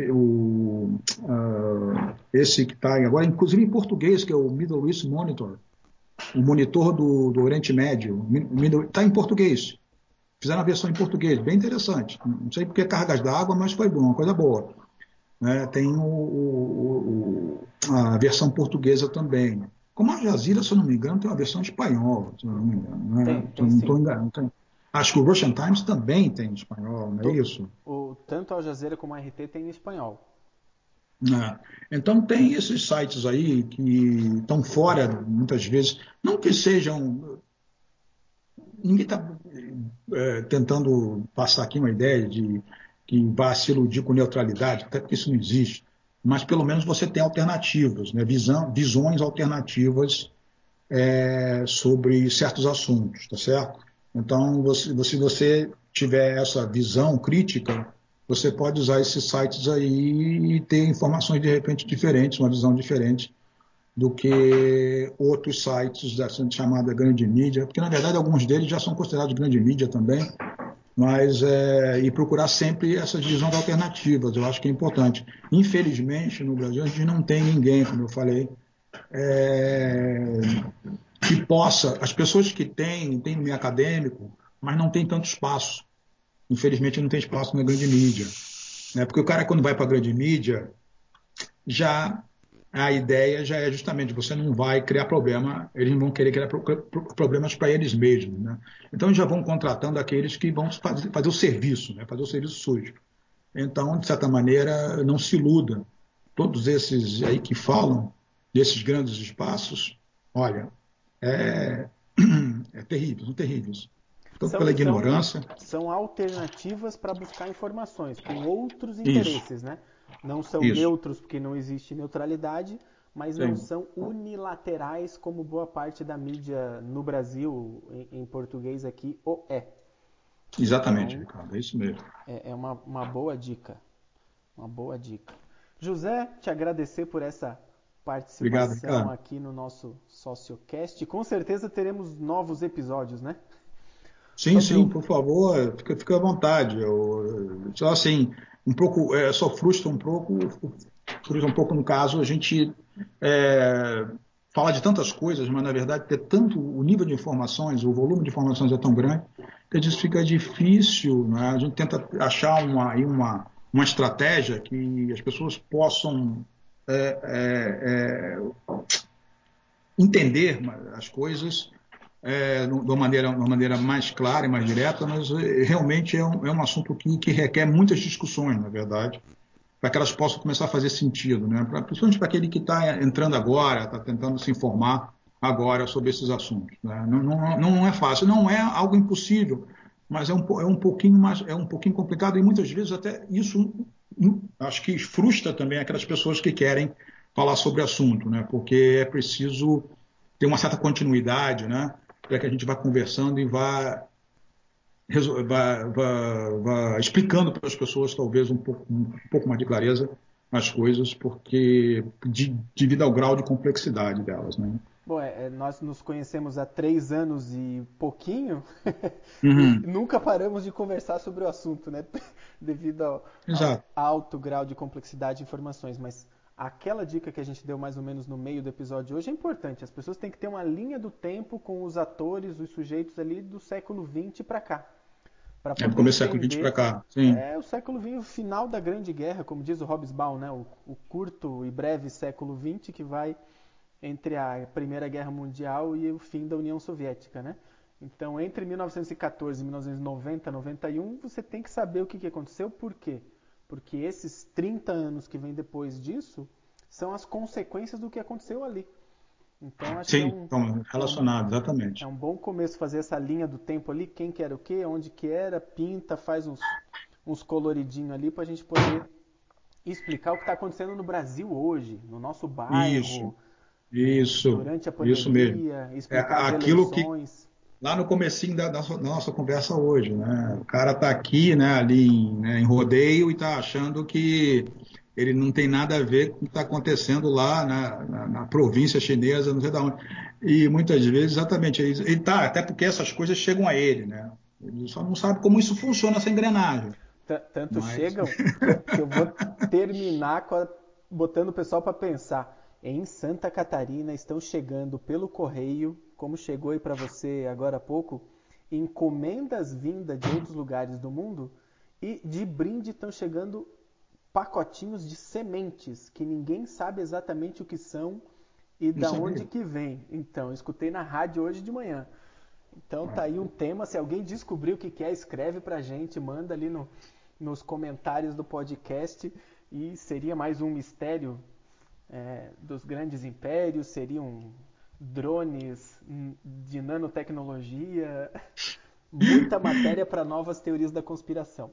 Esse que está agora, inclusive em português, que é o Middle East Monitor, o monitor do Oriente Médio, está em português. Fizeram a versão em português, bem interessante. Não sei porque cargas d'água, mas foi bom, uma coisa boa. Né? Tem a versão portuguesa também. Como a Jazeera, se eu não me engano, tem uma versão espanhola, se eu não me engano. Né? Se eu Tem não sim. estou enganado. Acho que o Russian Times também tem em espanhol, não é isso? Tanto a Al Jazeera como a RT tem em espanhol. Né? Então tem esses sites aí que estão fora, muitas vezes, não que sejam. Ninguém está tentando passar aqui uma ideia de que vá se iludir com neutralidade, até porque isso não existe. Mas pelo menos você tem alternativas, né? Visões alternativas sobre certos assuntos, tá certo? Então, se você tiver essa visão crítica, você pode usar esses sites aí e ter informações de repente diferentes, uma visão diferente do que outros sites dessa chamada grande mídia, porque na verdade alguns deles já são considerados grande mídia também, mas e procurar sempre essas visões alternativas, eu acho que é importante. Infelizmente, no Brasil, a gente não tem ninguém, como eu falei, é, que possa, as pessoas que têm no meio acadêmico, mas não tem tanto espaço. Infelizmente, não tem espaço na grande mídia. Né? Porque o cara, quando vai para a grande mídia, já a ideia já é justamente você não vai criar problema, eles não vão querer criar problemas para eles mesmos, né? Então já vão contratando aqueles que vão fazer o serviço, né? Fazer o serviço sujo. Então, de certa maneira, não se iluda. Todos esses aí que falam desses grandes espaços, olha, é, é terrível, são terríveis. Tanto pela São, são, ignorância, são alternativas para buscar informações com outros isso, interesses, né? Não são isso, neutros porque não existe neutralidade, mas não sim, são unilaterais como boa parte da mídia no Brasil, em português aqui, o é. exatamente, Então, Ricardo, é isso mesmo. é uma boa dica. Uma boa dica. José, te agradecer por essa Obrigado, participação Ricardo. aqui no nosso SocioCast. Com certeza teremos novos episódios, né? Sim, Sobre sim, o. por favor, fica à vontade. Só assim, um pouco, só frustra um pouco no caso, a gente é, fala de tantas coisas, mas na verdade ter tanto o nível de informações, o volume de informações é tão grande que isso fica difícil, né? A gente tenta achar uma estratégia que as pessoas possam é, é, entender as coisas de uma maneira mais clara e mais direta, mas realmente é um assunto que requer muitas discussões, na verdade, para que elas possam começar a fazer sentido, né? Principalmente para aquele que está entrando agora, está tentando se informar agora sobre esses assuntos, né? Não é fácil, não é algo impossível, mas é um pouquinho mais, é um pouquinho complicado e muitas vezes até isso acho que frustra também aquelas pessoas que querem falar sobre o assunto, né? Porque é preciso ter uma certa continuidade, né? Para que a gente vá conversando e vá explicando para as pessoas talvez um pouco mais de clareza as coisas, porque devido ao grau de complexidade delas, né? Bom, nós nos conhecemos há 3 anos e pouquinho e Uhum, nunca paramos de conversar sobre o assunto, né? Devido ao exato. alto grau de complexidade de informações. Mas aquela dica que a gente deu mais ou menos no meio do episódio de hoje é importante. As pessoas têm que ter uma linha do tempo com os atores, os sujeitos ali do século XX para cá, para É do poder começo do século XX para entender cá, sim. o século XX, o final da Grande Guerra, como diz o Hobsbawm, né? O curto e breve século XX que vai entre a Primeira Guerra Mundial e o fim da União Soviética, né? Então, entre 1914 e 1990, 91, você tem que saber o que aconteceu, por quê? Porque esses 30 anos que vêm depois disso são as consequências do que aconteceu ali. Então, acho que Sim, estão é um, relacionados, é exatamente. um bom começo fazer essa linha do tempo ali, quem que era o quê, onde que era, pinta, faz uns coloridinhos ali para a gente poder explicar o que está acontecendo no Brasil hoje, no nosso Isso, bairro, isso, durante a isso mesmo. pandemia, É explicar as aquilo que eleições. lá no comecinho da nossa conversa hoje, né? O cara está aqui, né, ali em Rodeio e está achando que ele não tem nada a ver com o que está acontecendo lá na província chinesa, não sei de onde. E muitas vezes, exatamente, ele tá, até porque essas coisas chegam a ele, né? Ele só não sabe como isso funciona, essa engrenagem. Tanto Mas, chegam que eu vou terminar botando o pessoal para pensar. Em Santa Catarina estão chegando pelo correio, como chegou aí para você agora há pouco, encomendas vindas de outros lugares do mundo e de brinde estão chegando pacotinhos de sementes que ninguém sabe exatamente o que são e não da onde sabia. que vem. Então, escutei na rádio hoje de manhã. Então tá aí um tema, se alguém descobrir o que é, escreve pra gente, manda ali nos comentários do podcast e seria mais um mistério dos grandes impérios, seriam drones de nanotecnologia, muita matéria para novas teorias da conspiração.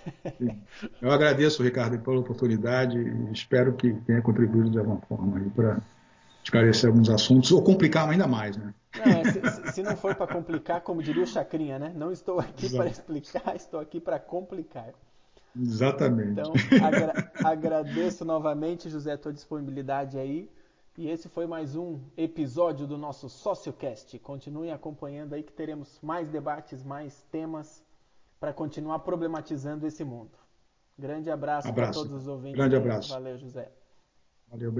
Eu agradeço, Ricardo, pela oportunidade e espero que tenha contribuído de alguma forma para esclarecer alguns assuntos ou complicar ainda mais, né? Não, se não for para complicar, como diria o Chacrinha, né? Não estou aqui para Exato. explicar, estou aqui para complicar. Exatamente. Então, agradeço novamente, José, a tua disponibilidade aí. E esse foi mais um episódio do nosso SócioCast. Continuem acompanhando aí que teremos mais debates, mais temas para continuar problematizando esse mundo. Grande abraço para Abraço. todos os ouvintes Grande aí. abraço. Valeu, José. Valeu.